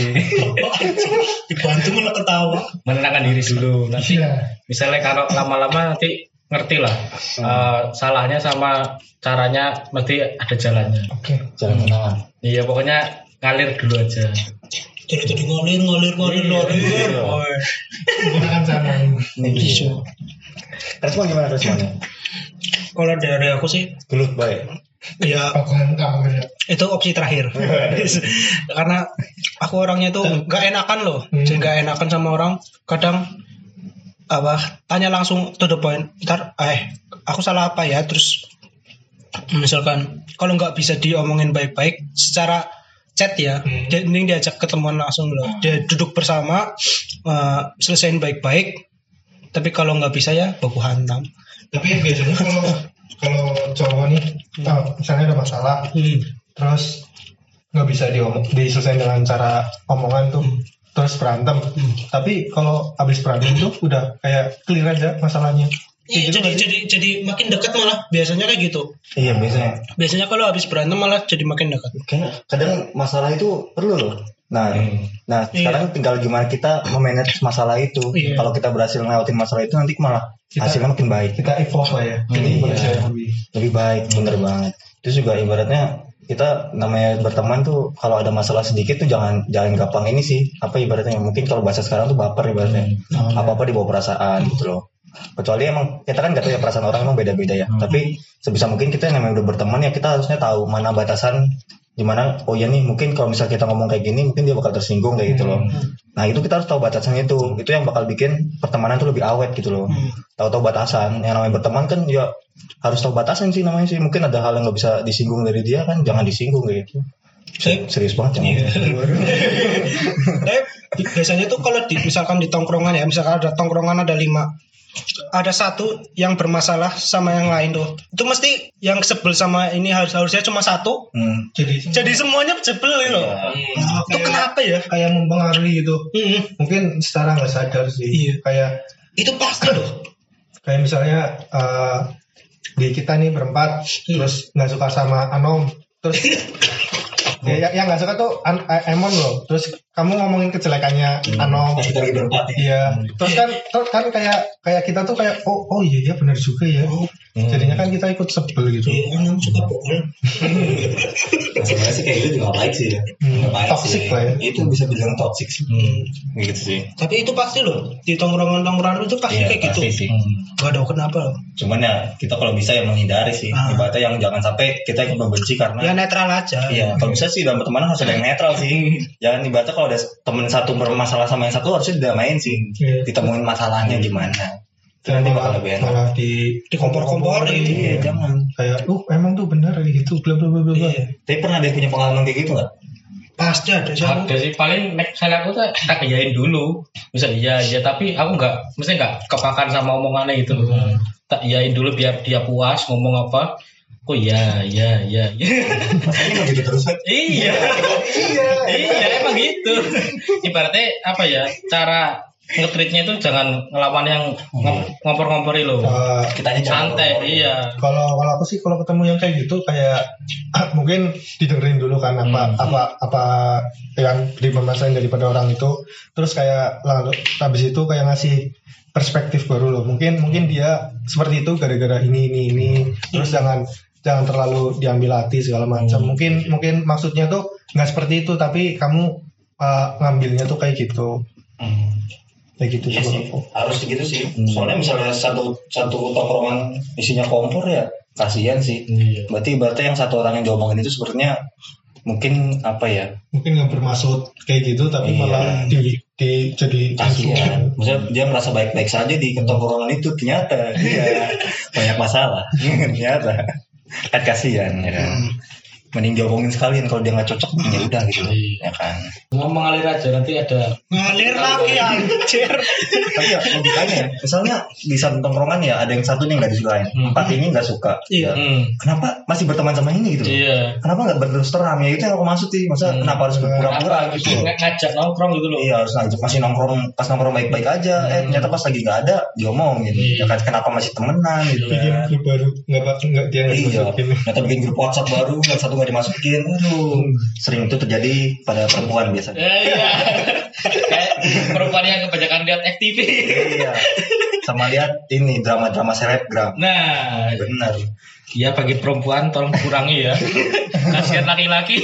Dibantu malah ketawa. menenangkan diri dulu. Nanti Gila. misalnya kalau lama-lama nanti ngerti lah eh, salahnya sama caranya mesti ada jalannya. Oke. Jangan menangan. Iya pokoknya ngalir dulu aja. Jadi tadi ngalir, ngalir, ngalir, ngalir. Oh, Gunakan sana ini. bisa. Respon gimana responnya? Kalau dari aku sih, Gelut baik. ya Pakuan kamu ya. itu opsi terakhir. Karena aku orangnya tuh nggak enakan loh, Hmm. jadi nggak enakan sama orang. Kadang apa tanya langsung to the point. Ntar, eh aku salah apa ya? Terus misalkan kalau nggak bisa diomongin baik-baik secara chat ya, Hmm. dia mending diajak ketemuan langsung loh. Dia duduk bersama, uh, selesaiin baik-baik. Tapi kalau nggak bisa ya baku hantam. Tapi biasanya kalau kalau cowok nih, oh, misalnya ada masalah, Hmm. terus nggak bisa diomong, diselesaikan dengan cara omongan tuh, terus berantem. Tapi kalau habis berantem tuh udah kayak clear aja masalahnya. Iya, Kayak gitu jadi nggak sih? jadi jadi makin dekat malah biasanya kayak gitu. Iya biasanya. Biasanya kalau habis berantem malah jadi makin dekat. Kayaknya kadang masalah itu perlu loh. Nah, nah Iya. sekarang tinggal gimana kita memanage masalah itu. Iya. Kalau kita berhasil ngelewatin masalah itu nanti malah Kita- hasilnya makin baik, Kita evolve lah ya. Jadi Hmm, manusia iya. yang lebih. lebih baik, bener banget. Terus juga ibaratnya kita namanya berteman tuh kalau ada masalah sedikit tuh jangan jangan gampang ini sih. Apa ibaratnya mungkin kalau bahasa sekarang tuh baper ibaratnya. Oh, iya. Apa-apa dibawa perasaan gitu loh. Kecuali emang kita kan gak tahu ya perasaan orang emang beda-beda ya. Tapi sebisa mungkin kita yang namanya udah berteman ya kita harusnya tahu mana batasan gimana, oh ya nih mungkin kalau misalnya kita ngomong kayak gini mungkin dia bakal tersinggung kayak gitu loh. Nah itu kita harus tahu batasan itu, itu yang bakal bikin pertemanan tuh lebih awet gitu loh. Tahu-tahu batasan, yang namanya berteman kan ya harus tahu batasan sih namanya sih. Mungkin ada hal yang nggak bisa disinggung dari dia kan, jangan disinggung kayak gitu. Serius banget ya. Tapi biasanya tuh kalau di, misalkan di tongkrongan ya, misalkan ada tongkrongan ada lima, ada satu yang bermasalah sama yang lain tuh, itu mesti yang sebel sama ini harus harusnya cuma satu, Hmm. Jadi jadi semuanya sebel gitu loh. Nah, Itu kenapa ya? Kayak mempengaruhi gitu. Hmm. Mungkin secara nggak sadar sih. Iya. Kayak Itu pasti loh. kayak misalnya uh, di kita nih berempat, terus nggak suka sama Anom, terus ya, ya- yang nggak suka tuh An- eh, Emon loh, terus kamu ngomongin kejelekannya Anom. Kita lagi berempat ya. Iya, terus kan terus kan kayak kayak kita tuh kayak oh oh iya iya benar juga ya. Jadinya kan kita ikut sebel gitu. Orang suka bohong. Sebenarnya sih kayak gitu juga nggak baik sih ya. Hmm, Nggak baik toxic sih. lah ya. Itu bisa bilang toxic sih. Gitu sih. Tapi itu pasti loh, di tongkrongan-tongkrongan itu pasti Iya, kayak gitu. pasti sih. Gak tahu kenapa loh. Cuman ya kita kalau bisa ya menghindari sih. Ah. Ibaratnya yang jangan sampai kita ikut membenci karena Ya netral aja. iya, kalau bisa sih dalam pertemanan harus ada yang netral sih. Jangan ibaratnya kalau ada temen satu bermasalah sama yang satu harusnya didamain sih. Iya. Ditemuin masalahnya gimana. Itu nanti bakal lebih enak. malah di Dikompor-komporin. Iya, jangan. kayak uh emang tuh benar kayak gitu bla bla bla bla bla. Iya. Tapi pernah ada yang punya pengalaman kayak gitu nggak? Pasti ada siapa? Ada sih, paling nek misalnya aku tuh tak iyain dulu, misal iya iya, tapi aku nggak, mesti nggak kepakan sama omongannya gitu loh. Tak iyain dulu biar dia puas ngomong apa. Oh iya iya iya iya. Rasanya nggak gitu terus. Iya iya iya emang gitu. Ibaratnya apa ya, cara nge-treatnya itu jangan ngelawan yang ngom- ngompor-ngompori loh. Uh, Kitanya jangan Santai ngomong. iya. kalau kalau aku sih kalau ketemu yang kayak gitu kayak mungkin didengerin dulu kan apa Hmm. apa apa yang dipermasalahin daripada orang itu, terus kayak lalu habis itu kayak ngasih perspektif baru loh, mungkin mungkin dia seperti itu gara-gara ini ini ini, terus jangan jangan terlalu diambil hati segala macam. Mungkin mungkin maksudnya tuh nggak seperti itu tapi kamu uh, ngambilnya tuh kayak gitu Hmm. kayak gitu Iya sih sih, kalau aku. harus gitu sih. Soalnya misalnya satu satu tongkrongan isinya kompor ya kasihan sih. Iya. Berarti berarti yang satu orang yang diomongin itu sebenarnya mungkin apa ya? Mungkin nggak bermaksud kayak gitu tapi Iya. malah di, di jadi Kasihan. Maksudnya dia merasa baik-baik saja di tongkrongan itu, ternyata dia banyak masalah. Ternyata kan kasihan ya kan. Mending diomongin sekalian, kalau dia nggak cocok ya udah gitu ya kan. Ngomong ngalir aja, nanti ada Ngalir lagi anjir. Tapi ya logikanya ya, misalnya di satu tongkrongan ya ada yang satu nih nggak disukain, Hmm. empat ini nggak suka. Iya. hmm, Kenapa masih berteman sama ini gitu loh? iya. Kenapa nggak berterus terang ya, itu yang aku maksud sih. Masa Hmm. kenapa harus berpura-pura Apa gitu loh? ng- ngajak nongkrong gitu loh. Iya, harus ngajak masih nongkrong, pas nongkrong baik-baik aja, eh Hmm. ternyata pas lagi nggak ada diomongin. Iya. Ya kan, kenapa masih temenan gitu bikin kan? grup baru nggak bak- nggak dia nggak Iya, dimasukin. ternyata bikin grup WhatsApp baru, yang satu nggak dimasukin. Aduh, sering itu terjadi pada perempuan biasanya. Ya, iya. Kayak perempuan yang kebanyakan lihat F T V. Iya, sama lihat ini drama-drama selebgram. Nah, Benar. ya bagi perempuan tolong kurangi ya. Kasihan laki-laki.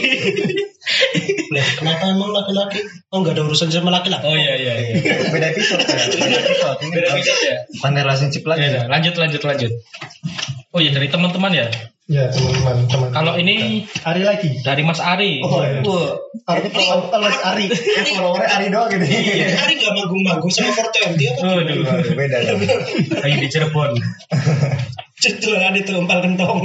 Lah, kenapa emang laki-laki? Oh nggak ada urusan sama laki-laki. Oh iya iya iya. Beda episode kan? Beda episode. Ini Beda episode ya. bukan relationship lagi. Ya, ya. Lanjut lanjut lanjut. Oh iya, dari teman-teman ya. Ya teman-teman teman. Kalau ini Ari lagi. dari Mas Ari. Oh, iya. Wah, Ari always Ari. Eh, followernya Ari doang gitu. Hari gak manggung-manggung sama empat dua puluh apa? Waduh, Beda ya. lagi di Cirebon. Cetulan itu empal kentong.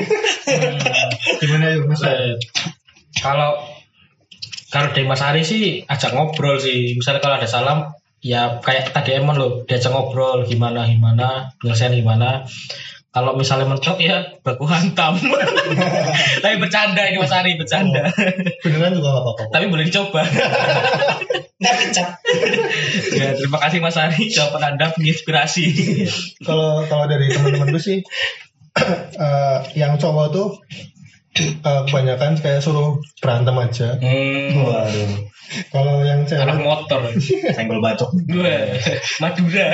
Gimana yuk Mas? Eh, Kalau kalau dari Mas Ari sih ajak ngobrol sih. Misalnya kalau ada salam, ya kayak tadi Emon loh, diajak ngobrol gimana gimana, penyelesaian gimana. Kalau misalnya mentok ya baku hantam. Tapi bercanda ini Mas Ari, bercanda. Beneran juga nggak apa-apa. Tapi boleh dicoba. Ntar kecap. Ya, terima kasih Mas Ari, jawaban Anda menginspirasi. Kalau kalau dari teman-teman gue sih eh, yang cowok tuh eh, kebanyakan kayak suruh berantem aja. Hmm, Waduh, Kalau yang anak cewek motor. senggol bacok. Dua, Madura.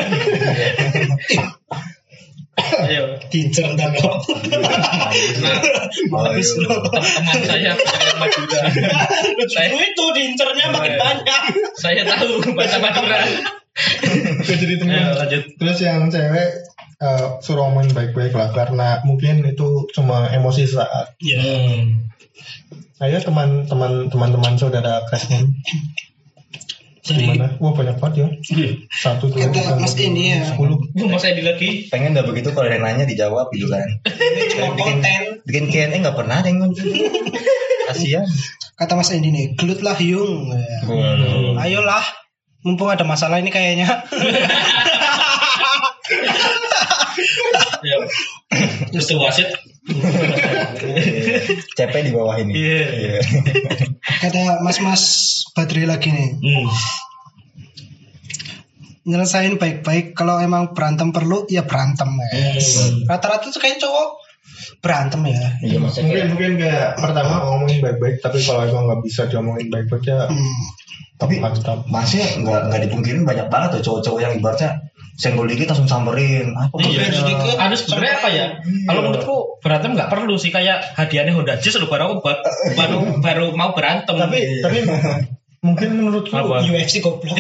Ayo. Diincer ntar lo. Nah, Habis lo. teman saya yang Madura. Justru itu diincernya makin banyak. Saya tahu bahasa Madura. Gak jadi teman. Ayo, lanjut. Terus yang cewek eh, suruh ngomongin baik-baik lah karena mungkin itu cuma emosi saat. Ya. Hmm. Ayo teman-teman teman-teman saudara Kristen. Gimana? Wah banyak banget ya. Satu dua Kata Mas Indi ya. sepuluh. Gue mau saya lagi. Pengen udah begitu kalau ada yang nanya dijawab gitu kan. Ini cuma bikin konten. bikin Q and A nggak pernah ada yang ngomong. Kasian. Kata Mas Indi nih, gelut lah Yung. Waduh. Ayolah, mumpung ada masalah ini kayaknya. Terus wasit. C P di bawah ini. Iya. Iya. Kata Mas-Mas Badri lagi nih, Hmm. nyelesain baik-baik. Kalau emang berantem perlu, ya berantem ya. Rata-rata tuh kayak cowok berantem ya. Iya maksudnya Mungkin mungkin kayak pertama ngomongin baik-baik, tapi kalau emang nggak bisa diomongin baik-baik ya Hmm. tapi mantap. masih nggak nggak dipungkirin banyak banget tuh cowok-cowok yang ibaratnya senggol dikit langsung samperin. Apa Iya. maksudnya? sedikit. Ada sebenarnya apa ya? Kalau menurutku berantem nggak perlu sih, kayak hadiahnya Honda Jazz lo baru aku ba- baru baru mau berantem. Tapi tapi mungkin menurutku Apa? U F C goblok.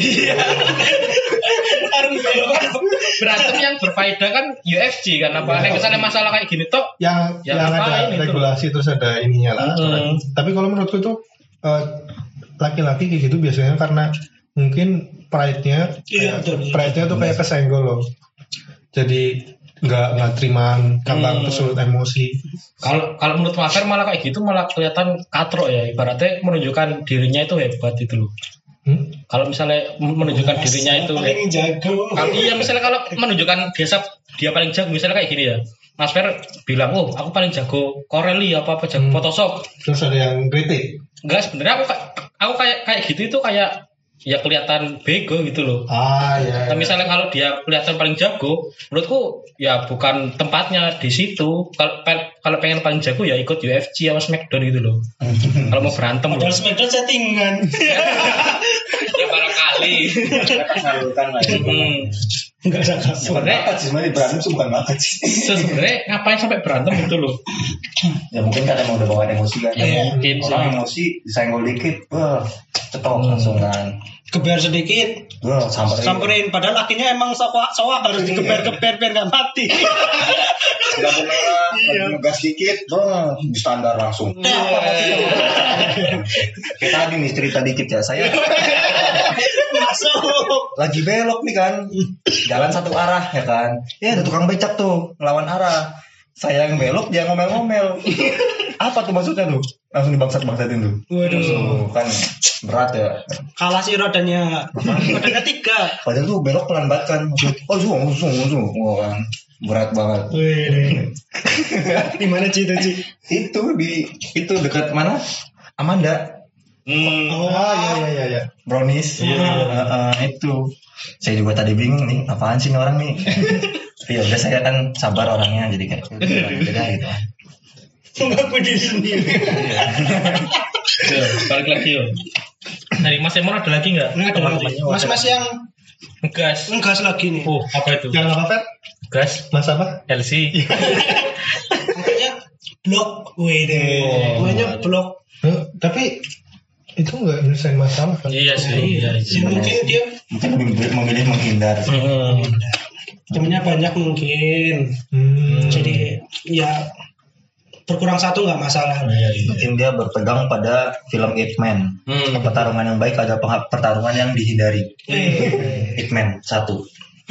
Berantem yang berfaedah kan U F C kan apa? Nek misalnya masalah kayak gini toh yang Ya, yang ngapain ada itu? regulasi terus ada ininya lah. Hmm. Tapi kalau menurutku tuh eh, laki-laki kayak gitu biasanya karena mungkin pride-nya Iya, betul. pride-nya tuh kayak kesenggol loh. Jadi nggak nggak terimaan, gampang Hmm. kesulut emosi. Kalau kalau menurut Mafer malah kayak gitu malah kelihatan katrok ya, ibaratnya menunjukkan dirinya itu hebat itu loh. Hmm? Kalau misalnya menunjukkan dirinya itu paling jago. kalau iya misalnya kalau menunjukkan biasa dia paling jago misalnya kayak gini ya. Mas Fer bilang, "Oh, aku paling jago Corelli apa apa jago Hmm. Photoshop." Terus ada yang kritik. Enggak, sebenarnya aku ka- aku kayak kayak gitu itu kayak ya kelihatan bego gitu loh. Ah ya. Nah, misalnya kalau dia kelihatan paling jago, menurutku ya bukan tempatnya di situ. Kalau pe- kalau pengen paling jago ya ikut U F C atau Smackdown gitu loh. Kalau mau berantem loh. Padahal Smackdown settingan. Ya barangkali. Salurkan lah. Hmm. Enggak ada kasus. Sebenarnya Bakat sih sebenarnya berantem tuh bukan bakat sih. sebenarnya ngapain sampai berantem gitu loh. Ya mungkin karena emang udah bawa emosi kan. Ya, mungkin sih. Orang emosi disenggol dikit, wah cetok langsung kan. Geber sedikit, Wah samperin. samperin. Padahal akhirnya emang soak-soak harus digeber-geber biar nggak mati. Lampu merah, ngegas dikit, wah di standar langsung. Apa maksudnya? Kayak tadi nih cerita dikit ya, saya Masuk. lagi belok nih kan, jalan satu arah ya kan. Ya ada tukang becak tuh ngelawan arah. Saya yang belok, dia ngomel-ngomel. Apa tuh maksudnya tuh? Langsung dibangsat-bangsatin tuh. Waduh. Langsung, kan berat ya. Kalah sih rodanya. Rodanya tiga. Padahal tuh belok pelan banget kan. Maksud, oh zoom, zoom, zoom. Wah kan berat banget. Wih. Di mana Ci itu Ci? Itu di itu dekat mana? Amanda. Hmm. Ah iya iya iya. iya. Brownies. Iya. Heeh, itu. Saya juga tadi bingung nih, apaan sih ini orang nih? Tapi ya udah saya kan sabar orangnya jadi kayak beda gitu. Mengaku diri sendiri. Yo, balik lagi yo. Dari Mas Emon ada lagi nggak? Nah, ada lagi. Mas-mas yang Gas. ngegas lagi nih. Oh, apa itu? Yang apa Fer? Gas. Mas apa? L C. Katanya blok. Wih deh. Oh. Namanya blok. Eh, tapi itu nggak nyelesain masalah kan? Iya sih. Iya, Ya, iya. mungkin dia Mungkin lebih memilih menghindar. Hmm. temennya banyak mungkin. Hmm. Jadi ya berkurang satu nggak masalah. Iya, iya. Mungkin dia berpegang pada film Ip Man. Hmm. Pertarungan yang baik adalah pengha- pertarungan yang dihindari. Eh, Ip Man satu.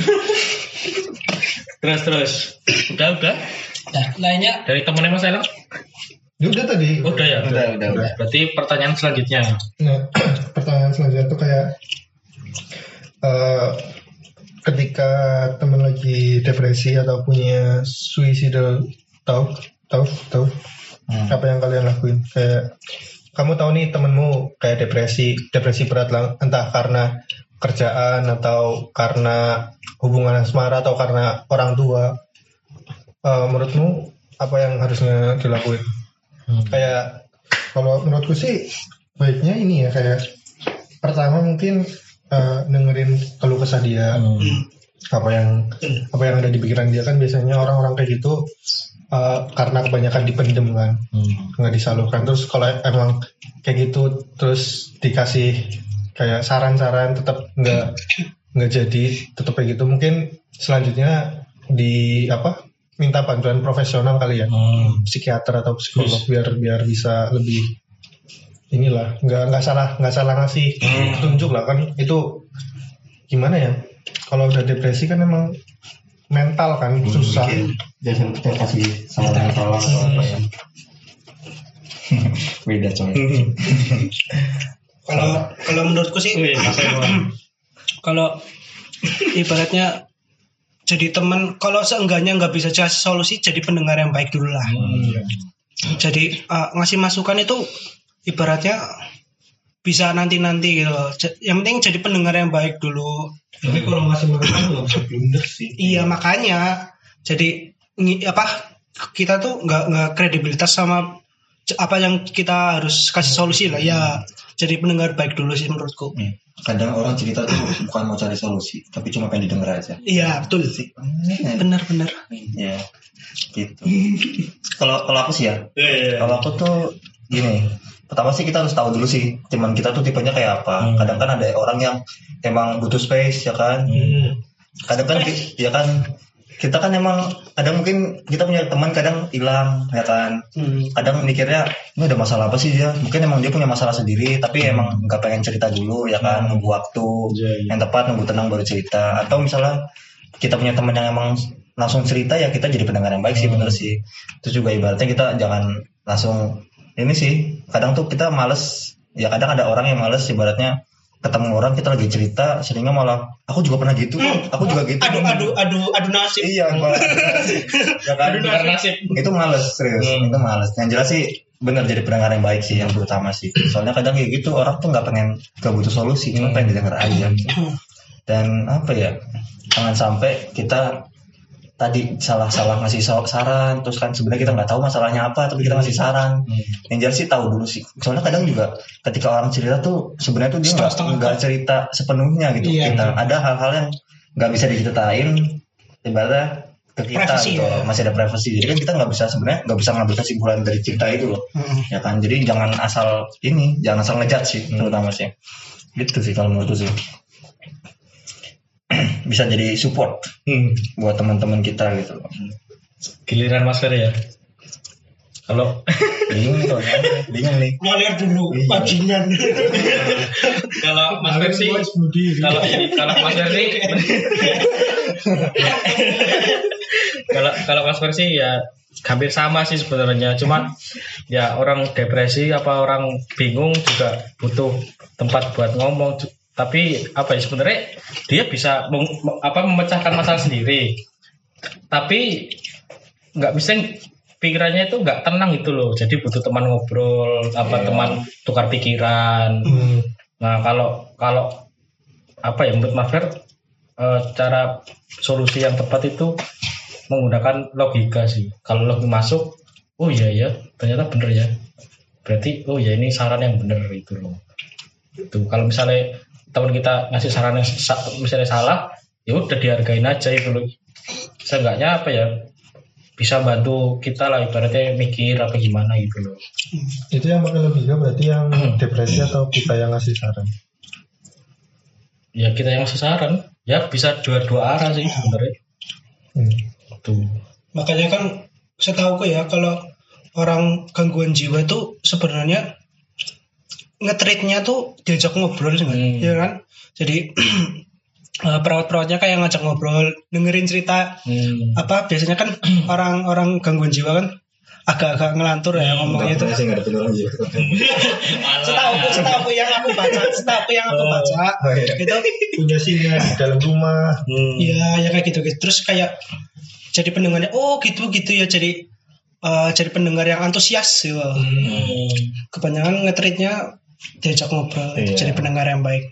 Terus terus. Udah udah. Nah, lainnya Dari temennya Mas Elang? Ya udah tadi. Udah ya. Udah, udah, udah. Berarti pertanyaan selanjutnya. Nah, pertanyaan selanjutnya tuh kayak eh, ketika teman lagi depresi atau punya suicidal thought, tahu tahu Hmm. apa yang kalian lakuin? Kayak kamu tahu nih temenmu kayak depresi, depresi berat lah, entah karena kerjaan atau karena hubungan asmara atau karena orang tua. Eh, menurutmu apa yang harusnya dilakuin? Hmm. Kayak kalau menurutku sih baiknya ini ya kayak pertama mungkin eh, dengerin keluh kesah dia, Hmm. apa yang apa yang ada di pikiran dia. Kan biasanya orang-orang kayak gitu eh, karena kebanyakan dipendem kan, Hmm. nggak disalurkan. Terus kalau emang kayak gitu terus dikasih kayak saran-saran tetap nggak nggak jadi, tetap kayak gitu, mungkin selanjutnya di apa minta bantuan profesional kali ya, Hmm. psikiater atau psikolog biar biar bisa lebih inilah nggak nggak salah nggak salah ngasih petunjuk lah kan itu gimana ya kalau udah depresi kan emang mental kan susah. Mungkin jangan kita kasih salah yang salah atau apa ya. Beda coy. Kalau kalau menurutku sih Wih, Mas Irfan. kalau ibaratnya jadi teman, kalau seenggaknya nggak bisa kasih solusi, jadi pendengar yang baik dulu lah. Hmm. Jadi uh, ngasih masukan itu ibaratnya bisa nanti-nanti gitu loh. J- Yang penting jadi pendengar yang baik dulu. Tapi kalau ngasih masukan nggak bisa blunder sih. Iya makanya. Jadi ngi- apa kita tuh nggak nggak kredibilitas sama c- apa yang kita harus kasih solusi lah. Ya jadi pendengar baik dulu sih menurutku. Kadang orang cerita tuh bukan mau cari solusi, tapi cuma pengen didengar aja. Iya betul sih. Benar-benar. Ya, gitu. Kalau kalau aku sih ya, Iya, iya. kalau aku tuh gini. Pertama sih kita harus tahu dulu sih teman kita tuh tipenya kayak apa. Hmm. Kadang kan ada orang yang emang butuh space ya kan. Kadang kan ki- ya kan kita kan emang kadang mungkin kita punya teman kadang hilang ya kan. Hmm. Kadang mikirnya ini ada masalah apa sih dia? Mungkin emang dia punya masalah sendiri tapi emang nggak pengen cerita dulu ya kan. Nunggu waktu Iya, iya. yang tepat, nunggu tenang baru cerita. Atau misalnya kita punya teman yang emang langsung cerita ya kita jadi pendengar yang baik sih bener sih. Terus juga ibaratnya kita jangan langsung ini sih kadang tuh kita males ya kadang ada orang yang males ibaratnya ketemu orang kita lagi cerita seringnya malah aku juga pernah gitu kok, aku juga gitu. Aduh aduh aduh aduh nasib. Iya malah ya kan Aduh, tukar nasib. itu males serius Hmm. itu males yang jelas sih bener jadi pendengar yang baik sih yang terutama sih soalnya kadang kayak gitu orang tuh nggak pengen gak butuh solusi cuma pengen didengar aja dan apa ya jangan sampai kita tadi salah-salah ngasih so- saran terus kan sebenarnya kita nggak tahu masalahnya apa tapi kita ngasih saran yang jelas sih tahu dulu sih soalnya kadang juga ketika orang cerita tuh sebenarnya tuh dia nggak Setengah-setengah. nggak cerita sepenuhnya gitu Iya. kita ada hal-hal yang nggak bisa diceritain ibaratnya ke kita Privasi, gitu ya. masih ada privasi jadi kan kita nggak bisa sebenarnya nggak bisa ngambil kesimpulan dari cerita itu loh Hmm. ya kan jadi jangan asal ini jangan asal ngejudge sih terutama sih gitu sih kalau menurutku sih bisa jadi support Hmm. buat teman-teman kita gitu loh. Giliran Mas Fer ya. Kalau Bingung nih kalau nanya, bingung nih. Ngalir dulu Iya. bajingan. kalau Mas Fer sih kalau kalau Mas Fer sih kalau kalau Mas Fer sih ya hampir sama sih sebenarnya cuma ya orang depresi apa orang bingung juga butuh tempat buat ngomong tapi apa ya sebenarnya dia bisa mem, apa memecahkan masalah sendiri tapi nggak bisa pikirannya itu nggak tenang gitu loh jadi butuh teman ngobrol apa Yeah. teman tukar pikiran. Nah kalau kalau apa ya menurut Mas Fer eh, cara solusi yang tepat itu menggunakan logika sih. Kalau logika masuk, oh iya ya ternyata bener ya. Berarti oh ya ini saran yang bener itu loh. Itu kalau misalnya teman kita ngasih saran yang sa- misalnya salah, ya udah dihargain aja itu loh. Seenggaknya apa ya bisa bantu kita lah ibaratnya mikir apa gimana gitu loh. Itu yang pakai logika berarti yang depresi atau kita yang ngasih saran? Ya kita yang ngasih saran ya bisa dua-dua arah sih sebenarnya. Hmm. Tuh. Makanya kan setahuku ya kalau orang gangguan jiwa itu sebenarnya nge-treatnya tuh diajak ngobrol sih, Hmm. ya kan? Jadi eh, perawat-perawatnya kayak ngajak ngobrol, dengerin cerita Hmm. apa biasanya kan orang-orang gangguan jiwa kan agak-agak ngelantur ya ngomongnya itu. sih nggak ada orang gitu. Setahu setahu yang aku baca, setahu yang aku baca Oh, iya. itu Punya singa di dalam rumah. Hmm. ya ya kayak gitu gitu. Terus kayak jadi pendengarnya oh gitu gitu ya jadi eh, jadi pendengar yang antusias gitu. Hmm. Kebanyakan nge-treatnya diajak ngobrol Iya. jadi pendengar yang baik.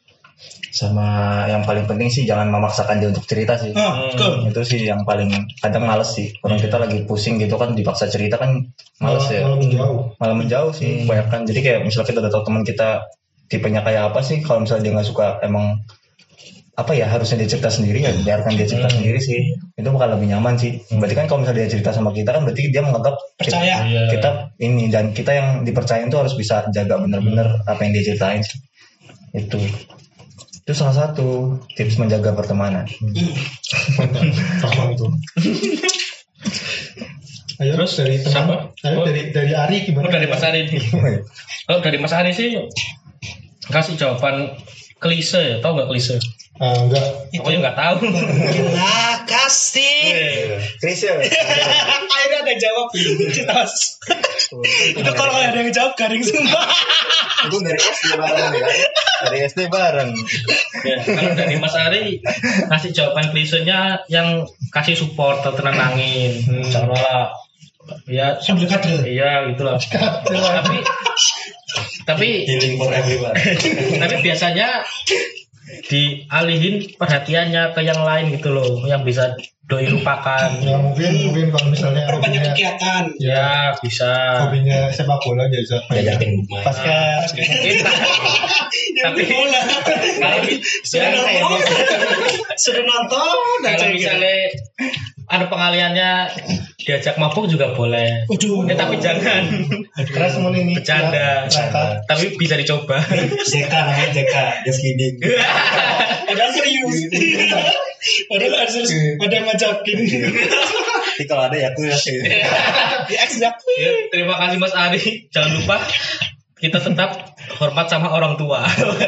Sama yang paling penting sih jangan memaksakan dia untuk cerita sih. Oh, betul. Itu sih yang paling kadang males sih. Kalau kita lagi pusing gitu kan dipaksa cerita kan males ya. Malah menjauh. Malah menjauh sih banyak kan. Jadi kayak misalnya kita udah tahu teman kita tipenya kayak apa sih. Kalau misalnya dia nggak suka emang apa ya harusnya dia cerita sendiri ya biarkan dia cerita sendiri sih. Itu bakal lebih nyaman sih. Berarti kan kalau misalnya dia cerita sama kita kan berarti dia menganggap kita, Percaya. Iya. kita ini dan kita yang dipercaya itu harus bisa jaga bener-bener apa yang dia ceritain sih. Itu itu salah satu tips menjaga pertemanan. Paham tuh. Ayo Terus, dari teman. siapa? Ayo Oh. dari dari Ari gimana? Oh, dari Mas Ari nih. Kalau dari Mas Ari sih kasih jawaban klise ya, tau nggak klise? Ah, enggak. Aku juga nggak tahu. Gila kasih. Chris ya. Akhirnya ada yang jawab. Citos. Itu kalau ada yang jawab garing sumpah. Itu dari S D bareng ya. Dari S D bareng. Ya, kalau dari Mas Ari kasih jawaban klisenya yang kasih support atau tenangin. Hmm. Jangan malah ya Sambil kadel. iya gitulah. tapi tapi Healing for everyone. tapi biasanya dialihin perhatiannya ke yang lain gitu loh, yang bisa doi lupakan. Ya mungkin mungkin kalau misalnya Banyak hobinya, kegiatan. Ya bisa. hobinya sepak bola diajak Diajakin main. basket. Mungkin, tapi bola. kalau Sudah misalnya nonton. Sudah nonton. kalau misalnya ada pengaliannya diajak mabuk juga boleh. Waduh. Ya, tapi jangan Keras temen ini. bercanda. Berangkat. Tapi bisa dicoba. J K namanya J K. Just kidding. Padahal serius. Padahal harus serius. Ada yang ngajakin. Tapi kalau ada ya aku ya. Di X ya. Ya, terima kasih Mas Ari. Jangan lupa kita tetap hormat sama orang tua.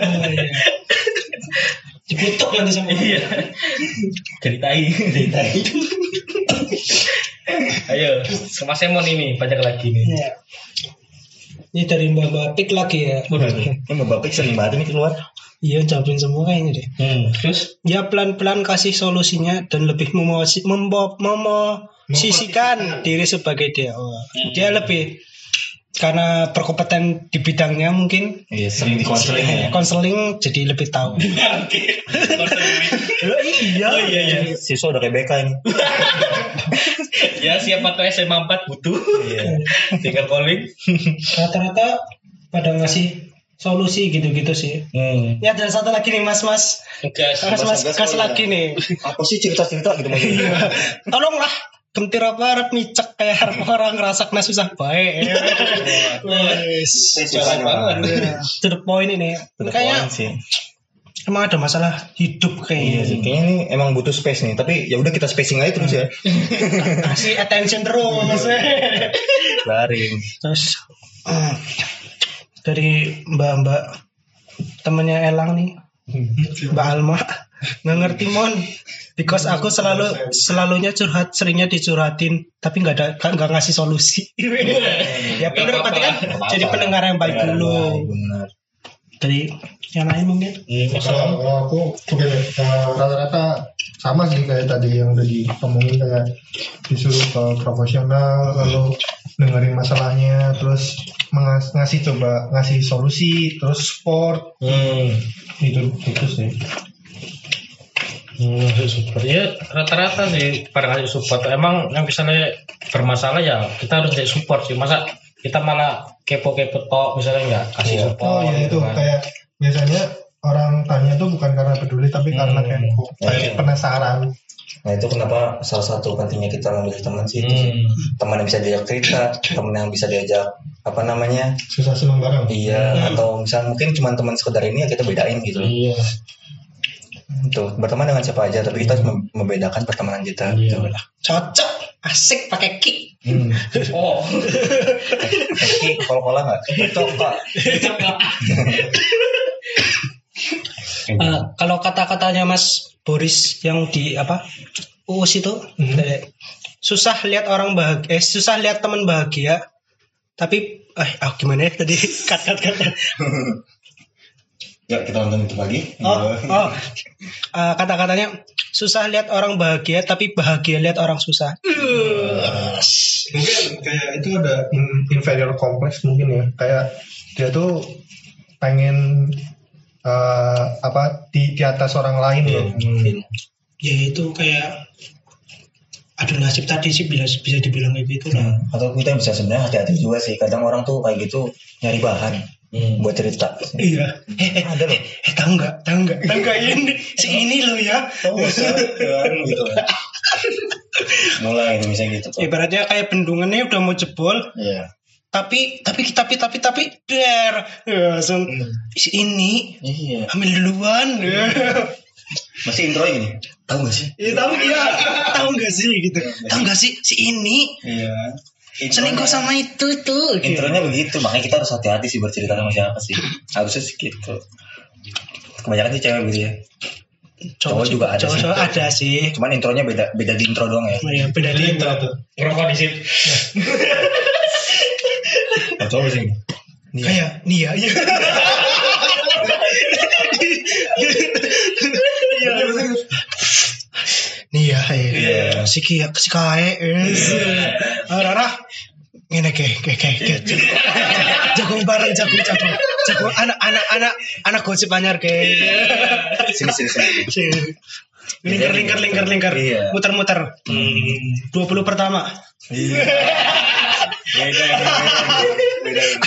Dikutuk nanti sama. Iya. Jadi tai. Jadi tai. Ayo, sama Semon ini banyak lagi nih. Iya. Ini dari Mbak Batik lagi ya. Ini Mbak Bapik sering banget ini keluar. Iya, jawabin semua kayaknya deh. Hmm, terus Ya pelan-pelan kasih solusinya dan lebih memosi, membo, memosisikan diri sebagai dia. Oh, dia lebih karena berkompeten di bidangnya mungkin Iya, sering di konseling ya. konseling jadi lebih tahu. Loh, iya. Oh iya iya. Siswa udah kayak B K ini. Ya siapa tuh S M A empat butuh. Iya. Tinggal calling. Rata-rata pada ngasih solusi gitu-gitu sih. Hmm. Ya ada satu lagi nih mas-mas. Gas. Mas-mas gas, gas oh, iya. lagi nih. Apa sih cerita-cerita gitu maksudnya? Tolonglah gentir apa harap micek kayak harap orang ngerasa kena susah baik. Wes. Jalan banget. To the point ini. Kayaknya sih. emang ada masalah hidup Iya kayaknya. sih, kayaknya ini emang butuh space nih. Tapi ya udah kita spacing aja terus ya. Kasih attention terus. Baring. Terus eh, dari mbak-mbak temennya Elang nih, Mbak Alma, nggak ngerti mon, because aku selalu selalunya curhat, seringnya dicurhatin, tapi nggak ada nggak ngasih solusi. Ya benar, berarti kan jadi pendengar yang baik dulu. Benar. Dari yang lain mungkin. Kalau kalau aku mungkin eh, rata-rata sama sih kayak tadi yang udah diomongin, kayak disuruh ke profesional, lalu dengerin masalahnya, terus mengas- ngasih coba ngasih solusi, terus support. Hmm. Itu itu sih. Hmm, support ya rata-rata sih pada kasih support. Emang yang misalnya bermasalah ya kita harus kasih support sih. Masa kita malah kepo-kepo tok misalnya nggak kasih Iya. support. Oh ya itu gitu kan. kayak biasanya orang tanya tuh bukan karena peduli tapi karena Hmm. kepo, kayak Iya. penasaran. Nah itu kenapa salah satu pentingnya kita memilih teman sih itu sih. Hmm. Teman yang bisa diajak cerita, teman yang bisa diajak apa namanya, Susah seneng bareng. iya, atau misalnya mungkin cuma teman sekedar ini ya kita bedain gitu. Iya. Tuh berteman dengan siapa aja, tapi kita harus mem- membedakan pertemanan kita. Iya. Gitu. Cocok, asik pakai ki. Hmm. Oh. Tapi kol-kola nggak? Cocok pak. Eh, kalau kata-katanya Mas Boris yang di apa U U S itu, eh, susah lihat orang bahagia, eh, susah lihat teman bahagia, tapi eh ah, gimana ya tadi kat kat kat. Ya kita nonton itu lagi. Oh, oh. Eh, kata-katanya susah lihat orang bahagia, tapi bahagia lihat orang susah. Mungkin kayak itu ada in- inferior complex mungkin ya, kayak dia tuh pengen eh, apa di di atas orang lain loh. Mungkin. Ya itu kayak aduh nasib tadi sih bisa bisa dibilang kayak gitu lah. Hmm. Atau kita bisa sebenarnya hati-hati juga sih. Kadang orang tuh kayak gitu nyari bahan Hmm. buat cerita. Iya. Eh, eh, Ada loh. eh tahu nggak? Tahu nggak? Tahu nggak ini? Si ini loh ya. Oh, gitu kan. Mulai nih misalnya gitu tuh. Ibaratnya kayak bendungannya udah mau jebol, Iya. tapi tapi tapi tapi tapi der ya, langsung si ini Iya. ambil duluan. Masih intro gini. Tahu gak sih? Iya tahu dia, tahu nggak sih gitu, tahu nggak sih si ini Iya. selingkuh sama itu itu. Intronya begitu, makanya kita harus hati-hati sih bercerita sama siapa sih. Harusnya sih gitu. Kebanyakan sih cewek gitu ya. Cowok juga ada cowok, sih. cowok ada sih. Cuman intronya beda beda di intro doang ya. Iya, beda di intro tuh. Ngerokok di situ. Oh, cowok sih. Kayak Nia, iya. Nia, iya. Si Kia, si Kae. Rara, ngene ke, ke, ke, ke. Jago bareng, jago, jago, jago. Anak, anak, anak, anak gosip anyar ke. Sini sini sini. Lingkar, lingkar, lingkar, lingkar. Iya. Muter-muter. Dua puluh pertama. Iya. Beda, beda, beda.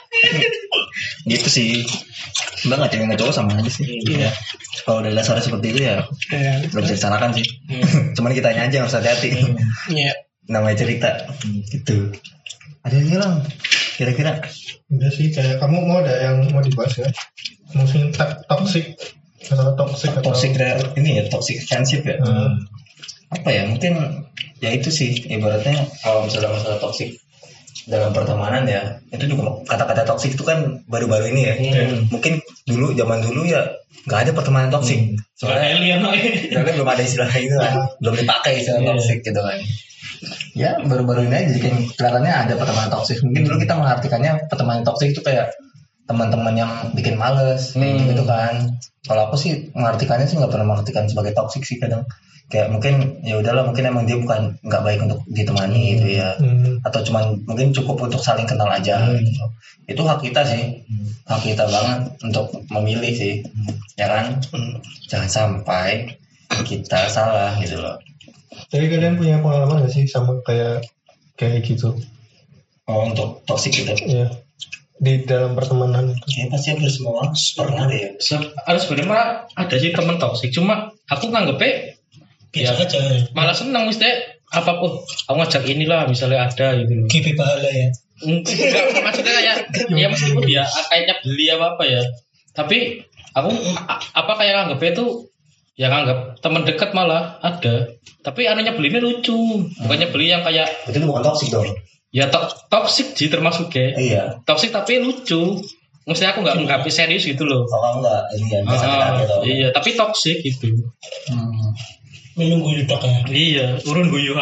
Gitu sih. Banget cewek nggak cowok sama aja sih. Iya. Kalau udah dasarnya seperti itu ya Iya. nggak bisa disanakan sih. Cuman kitanya aja yang harus hati-hati. Iya. Namanya cerita. Gitu. Ada yang hilang. Kira-kira. Udah sih, kayak kamu mau ada yang mau dibahas ya? Mungkin to- toxic, masalah toxic atau Toxic re- ini ya toxic friendship ya. Hmm. Apa ya mungkin ya itu sih ibaratnya kalau misalnya masalah toxic dalam pertemanan ya itu juga kata-kata toksik itu kan baru-baru ini ya. Hmm. Mungkin dulu zaman dulu ya nggak ada pertemanan toksik. Soalnya Alien soalnya belum ada istilah itu kan, belum dipakai istilah Iya. toksik gitu kan. Ya baru-baru ini aja jadi kayak kelihatannya ada pertemanan toksik. Mungkin dulu kita mengartikannya pertemanan toksik itu kayak teman-teman yang bikin males kayak Hmm. gitu kan. Kalau aku sih mengartikannya sih nggak pernah mengartikan sebagai toksik sih kadang. Kayak mungkin ya udahlah mungkin emang dia bukan nggak baik untuk ditemani gitu ya. Hmm. Atau cuman mungkin cukup untuk saling kenal aja Hmm. gitu. Itu hak kita sih, hak kita banget untuk memilih sih, ya kan? Jangan sampai kita salah gitu loh. Jadi kalian punya pengalaman gak sih sama kayak kayak gitu? Oh untuk toksik gitu, Ya, di dalam pertemanan itu. ya pasti hampir semua orang pernah deh ya. Se- harus sebenarnya ada sih temen toksik, cuma aku nganggepnya ya, Biasa aja. malah seneng mesti apapun aku ngajak inilah misalnya ada gitu loh. Kipi pahala ya. Enggak, maksudnya kayak ya meskipun dia kayaknya beli apa apa ya, tapi aku a- apa kayak nganggepnya itu ya nganggap teman dekat malah ada, tapi anunya belinya lucu, bukannya beli yang kayak Itu tuh bukan toksik dong. ya to- toksik sih termasuk ya, Iya. toksik tapi lucu. Maksudnya aku nggak nggak serius gitu loh. Kalau enggak ini ya biasa Ah, gitu. iya, tapi toksik gitu. Hmm. Minum gue duduk ya. Iya, urun guyu.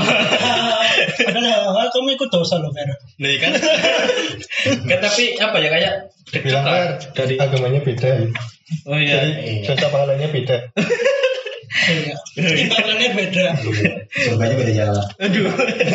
Padahal kamu ikut dosa loh Fer. Nih kan. Kan tapi apa ya kayak deg-degan Bilang kan dari agamanya beda ya. oh iya. Jadi dosa pahalanya beda. Iya. Timbangannya beda. Surganya beda jalan. Aduh.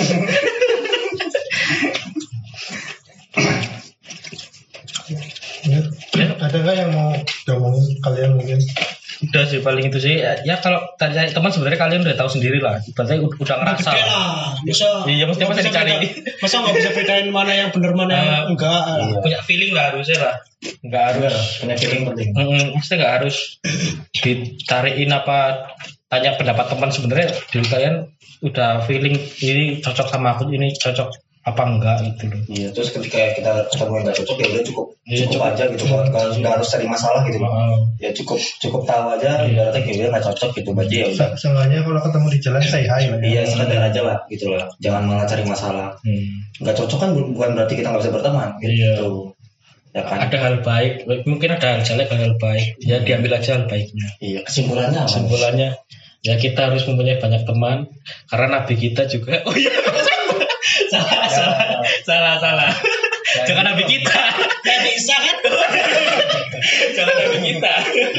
Ya. Ada nggak yang mau diomongin kalian mungkin? Udah sih paling itu sih. Ya kalau tanya teman sebenarnya kalian udah tahu sendiri lah. Berarti udah, udah ngerasa. Gede lah. Masa Iya, mesti nggak masa bisa dicari. beda- Masa nggak bisa bedain mana yang benar mana yang Ah, enggak. Iya. Punya feeling lah harusnya lah. Enggak harus. Punya feeling penting. Mm, mesti nggak harus ditariin apa tanya pendapat teman sebenarnya diri kalian udah feeling ini cocok sama aku ini cocok apa enggak gitu loh. Iya, terus ketika kita ketemu yang nggak cocok ya udah cukup Iya, cukup cukup. aja gitu kan. Kalau nggak harus cari masalah gitu loh. Oh. Ya cukup cukup tahu aja ibaratnya kayak dia nggak cocok gitu berarti ya udah. Se- Seenggaknya kalau ketemu di jalan say hi lah ya. Iya sekadar aja lah gitu lah. Jangan malah cari masalah. Hmm. Nggak cocok kan bu- bukan berarti kita nggak bisa berteman gitu. Iya. Ya kan? Ada hal baik, mungkin ada hal jelek, ada hal baik. Ya diambil aja hal baiknya. Iya. Kesimpulannya apa? Kesimpulannya ya kita harus mempunyai banyak teman karena nabi kita juga. Oh iya. salah, salah, salah, salah. Jangan nabi kita. Gak bisa kan? Jangan nabi kita.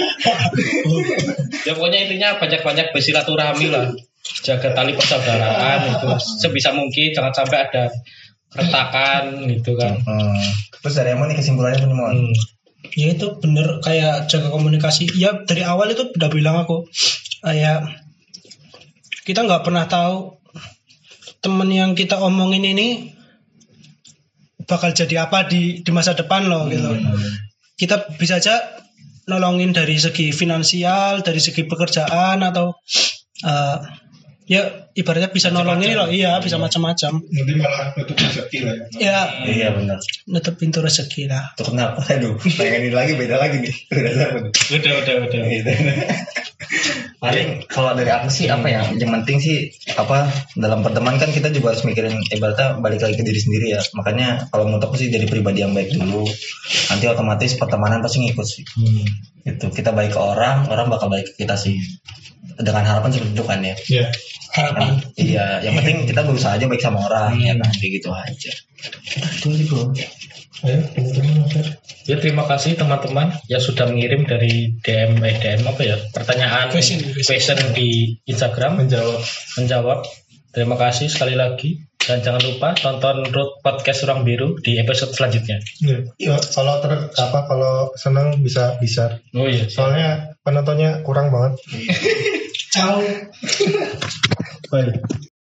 Ya pokoknya intinya banyak-banyak bersilaturahmi lah. Jaga tali persaudaraan itu sebisa mungkin, jangan sampai ada retakan gitu kan. Hmm. Terus dari Emon nih kesimpulannya tuh nih Mon. Hmm. Ya itu bener kayak jaga komunikasi. Ya dari awal itu udah bilang aku kayak kita nggak pernah tahu temen yang kita omongin ini bakal jadi apa di di masa depan loh gitu. Kita bisa aja nolongin dari segi finansial, dari segi pekerjaan atau eh, ya ibaratnya bisa nolongin loh. Iya bisa macam-macam. Nanti malah nutup rezeki lah ya. Ya Iya benar. nutup pintu rezeki lah. Itu kenapa? Aduh, pengen ini lagi beda lagi nih. Udah sama nih. Udah, udah, udah. Gitu. Paling kalau dari aku sih apa ya, yang penting sih apa dalam pertemanan kan kita juga harus mikirin ibaratnya balik lagi ke diri sendiri ya. Makanya kalau menurut aku sih jadi pribadi yang baik dulu, nanti otomatis pertemanan pasti ngikut sih. Hmm. Itu kita baik ke orang, orang bakal baik ke kita sih. Dengan harapan seperti itu kan ya. Iya. Harapan. Iya, yang penting kita berusaha aja baik sama orang ya kan, kayak gitu aja. Itu sih bro. Ayo, teman-teman, Mas Fer. Ya terima kasih teman-teman yang sudah mengirim dari D M eh D M apa ya pertanyaan Question, question di Instagram Menjawab. menjawab. Terima kasih sekali lagi dan jangan lupa tonton Road Podcast Ruang Biru di episode selanjutnya. Iya. Kalau ter apa kalau senang bisa bisa. Oh iya. Soalnya penontonnya kurang banget. Ciao. Bye.